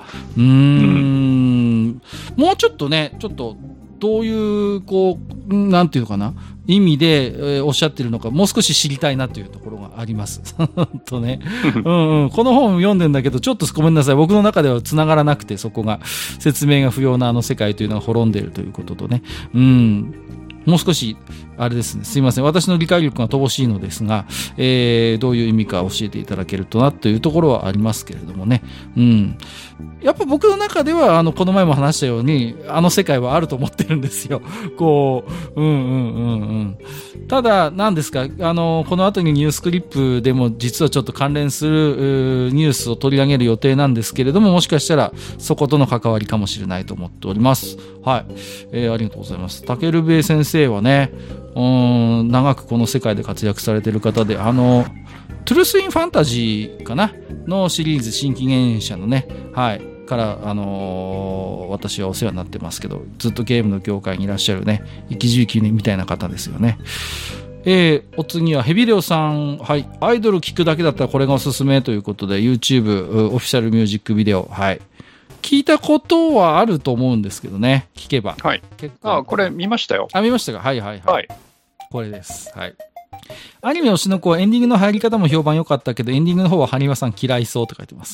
もうちょっとね、どういう、こう、なんていうのかな、意味で、おっしゃってるのか、もう少し知りたいなというところがあります。とね。この本読んでんだけど、ちょっとごめんなさい。僕の中では繋がらなくて、そこが、説明が不要なあの世界というのが滅んでいるということとね。もう少し、あれですね、すいません。私の理解力が乏しいのですが、どういう意味か教えていただけるとなというところはありますけれどもね。やっぱ僕の中では、この前も話したように、あの世界はあると思ってるんですよ。こう、ただ、何ですか、この後にニュースクリップでも実はちょっと関連するニュースを取り上げる予定なんですけれども、もしかしたらそことの関わりかもしれないと思っております。はい。ありがとうございます。タケルベイ先生生はね、長くこの世界で活躍されている方で、トゥルース・イン・ファンタジーかなのシリーズ新規原社のね、はい、から、私はお世話になってますけど、ずっとゲームの業界にいらっしゃるね、生き字引みたいな方ですよね。お次はヘビレオさん、はい、アイドル聞くだけだったらこれがおすすめということで YouTube オフィシャルミュージックビデオ、はい、聞いたことはあると思うんですけどね、聞けば、 はい、結構これ見ましたよ。 見ましたか。はいはいはい、 はい、 これです。はい。アニメ推しの子はエンディングの入り方も評判良かったけど、エンディングの方は埴輪さん嫌いそうって書いてます。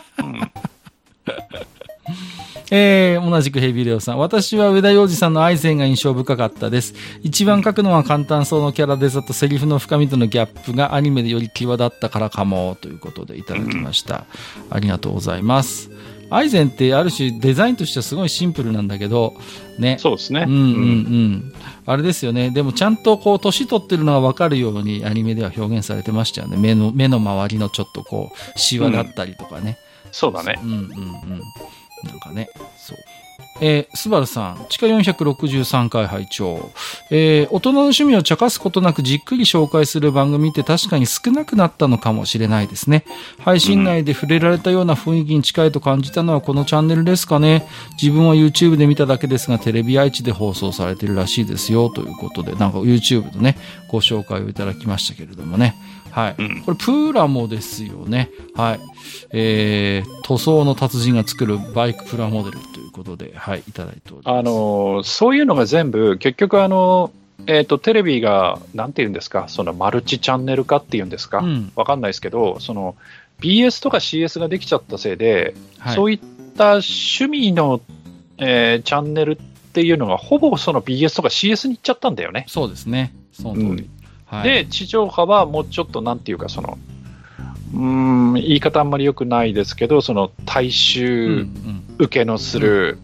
同じくヘビレオさん。私は上田洋二さんのアイゼンが印象深かったです。一番書くのは簡単そうのキャラデザとセリフの深みとのギャップがアニメでより際立ったからかも、ということでいただきました。ありがとうございます。アイゼンってある種デザインとしてはすごいシンプルなんだけど、ね。 そうですね。 あれですよね。でもちゃんとこう、年取ってるのがわかるようにアニメでは表現されてましたよね。目の周りのちょっとこう、シワだったりとかね。 そうだね。 なんかね、そう。スバルさん、地下463回拝聴。大人の趣味を茶化すことなくじっくり紹介する番組って確かに少なくなったのかもしれないですね。配信内で触れられたような雰囲気に近いと感じたのはこのチャンネルですかね。自分は YouTube で見ただけですが、テレビ愛知で放送されているらしいですよ、ということで、なんか YouTube のね、ご紹介をいただきましたけれどもね。はい。これ、プーラモですよね。はい。塗装の達人が作るバイクプラモデルということで、はい、いただいております。 そういうのが全部、結局テレビが、なんていうんですか、そのマルチチャンネル化っていうんですか、わかんないですけど、その BS とか CS ができちゃったせいで、はい、そういった趣味の、チャンネルっていうのが、ほぼその BS とか CS に行っちゃったんだよね。 そうですね。その通り。はい、 で、地上波はもうちょっとなんていうか、その、言い方あんまり良くないですけど、その大衆受けのする、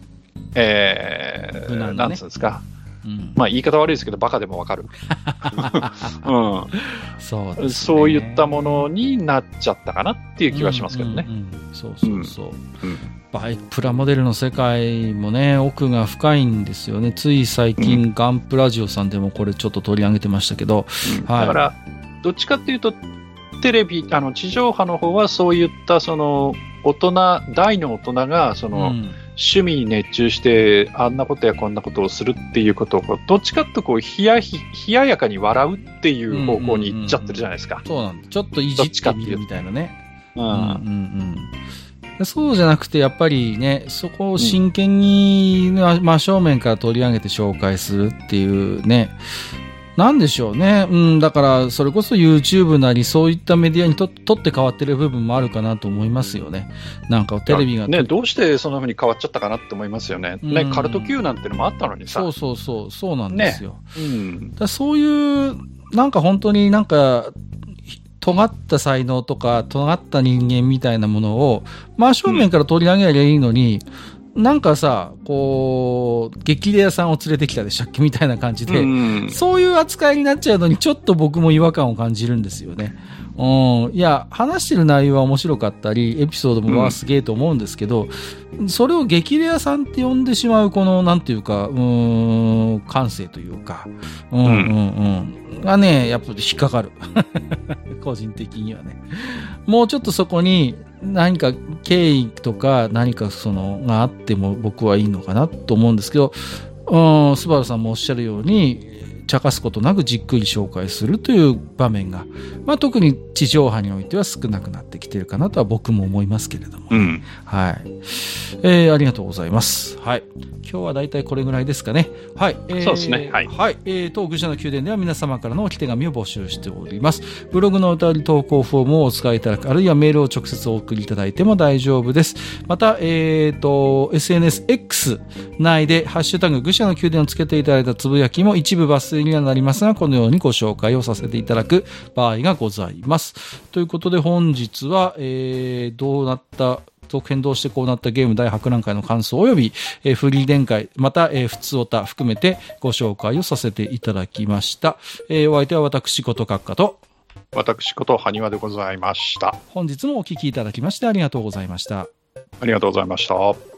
なんつうんですか、まあ言い方悪いですけど、バカでもわかる。 そうですね、 そういったものになっちゃったかなっていう気はしますけどね。 そうそうそう。バイクプラモデルの世界もね、奥が深いんですよね。つい最近、ガンプラジオさんでもこれちょっと取り上げてましたけど、 はい、だからどっちかっていうとテレビ地上波の方はそういったその大の大人がその、趣味に熱中してあんなことやこんなことをするっていうことをどっちかとこう冷ややかに笑うっていう方向に行っちゃってるじゃないですか。 そうなんだ。ちょっといじってみるみたいなね。そうじゃなくて、やっぱりね、そこを真剣に、真正面から取り上げて紹介するっていうね、なんでしょうね。だから、それこそ YouTube なり、そういったメディアにとって変わってる部分もあるかなと思いますよね。なんか、テレビが。 ね、どうしてそんな風に変わっちゃったかなって思いますよね。ね、カルト Q なんてのもあったのにさ。 そうなんですよ。 だそういう、なんか本当になんか、尖った才能とか、尖った人間みたいなものを、真正面から取り上げりゃいいのに、なんかさ、こう、激レアさんを連れてきたでしたっけみたいな感じで、そういう扱いになっちゃうのに、ちょっと僕も違和感を感じるんですよね。いや、話してる内容は面白かったり、エピソードもすげえと思うんですけど、それを激レアさんって呼んでしまう、この、なんていうか、感性というか、がね、やっぱり引っかかる。個人的にはね。もうちょっとそこに何か経緯とか何かがあっても僕はいいのかなと思うんですけど、スバルさんもおっしゃるように、茶化すことなくじっくり紹介するという場面が、特に地上波においては少なくなってきているかなとは僕も思いますけれども、はい。ありがとうございます。はい。今日はだいたいこれぐらいですかね。はい。 そうですね。はい。 はい。当愚者の宮殿では皆様からの置き手紙を募集しております。ブログのお便り投稿フォームをお使いいただく、あるいはメールを直接お送りいただいても大丈夫です。また、SNSX 内でハッシュタグ愚者の宮殿をつけていただいたつぶやきも一部抜粋にはなりますが、このようにご紹介をさせていただく場合がございます。ということで本日は、どうなった続編どうしてこうなったゲーム大博覧会の感想及び、フリー展開また、普通オタ含めてご紹介をさせていただきました。お相手は私こと閣下と私こと埴輪でございました。 本日もお聞きいただきましてありがとうございました。 ありがとうございました。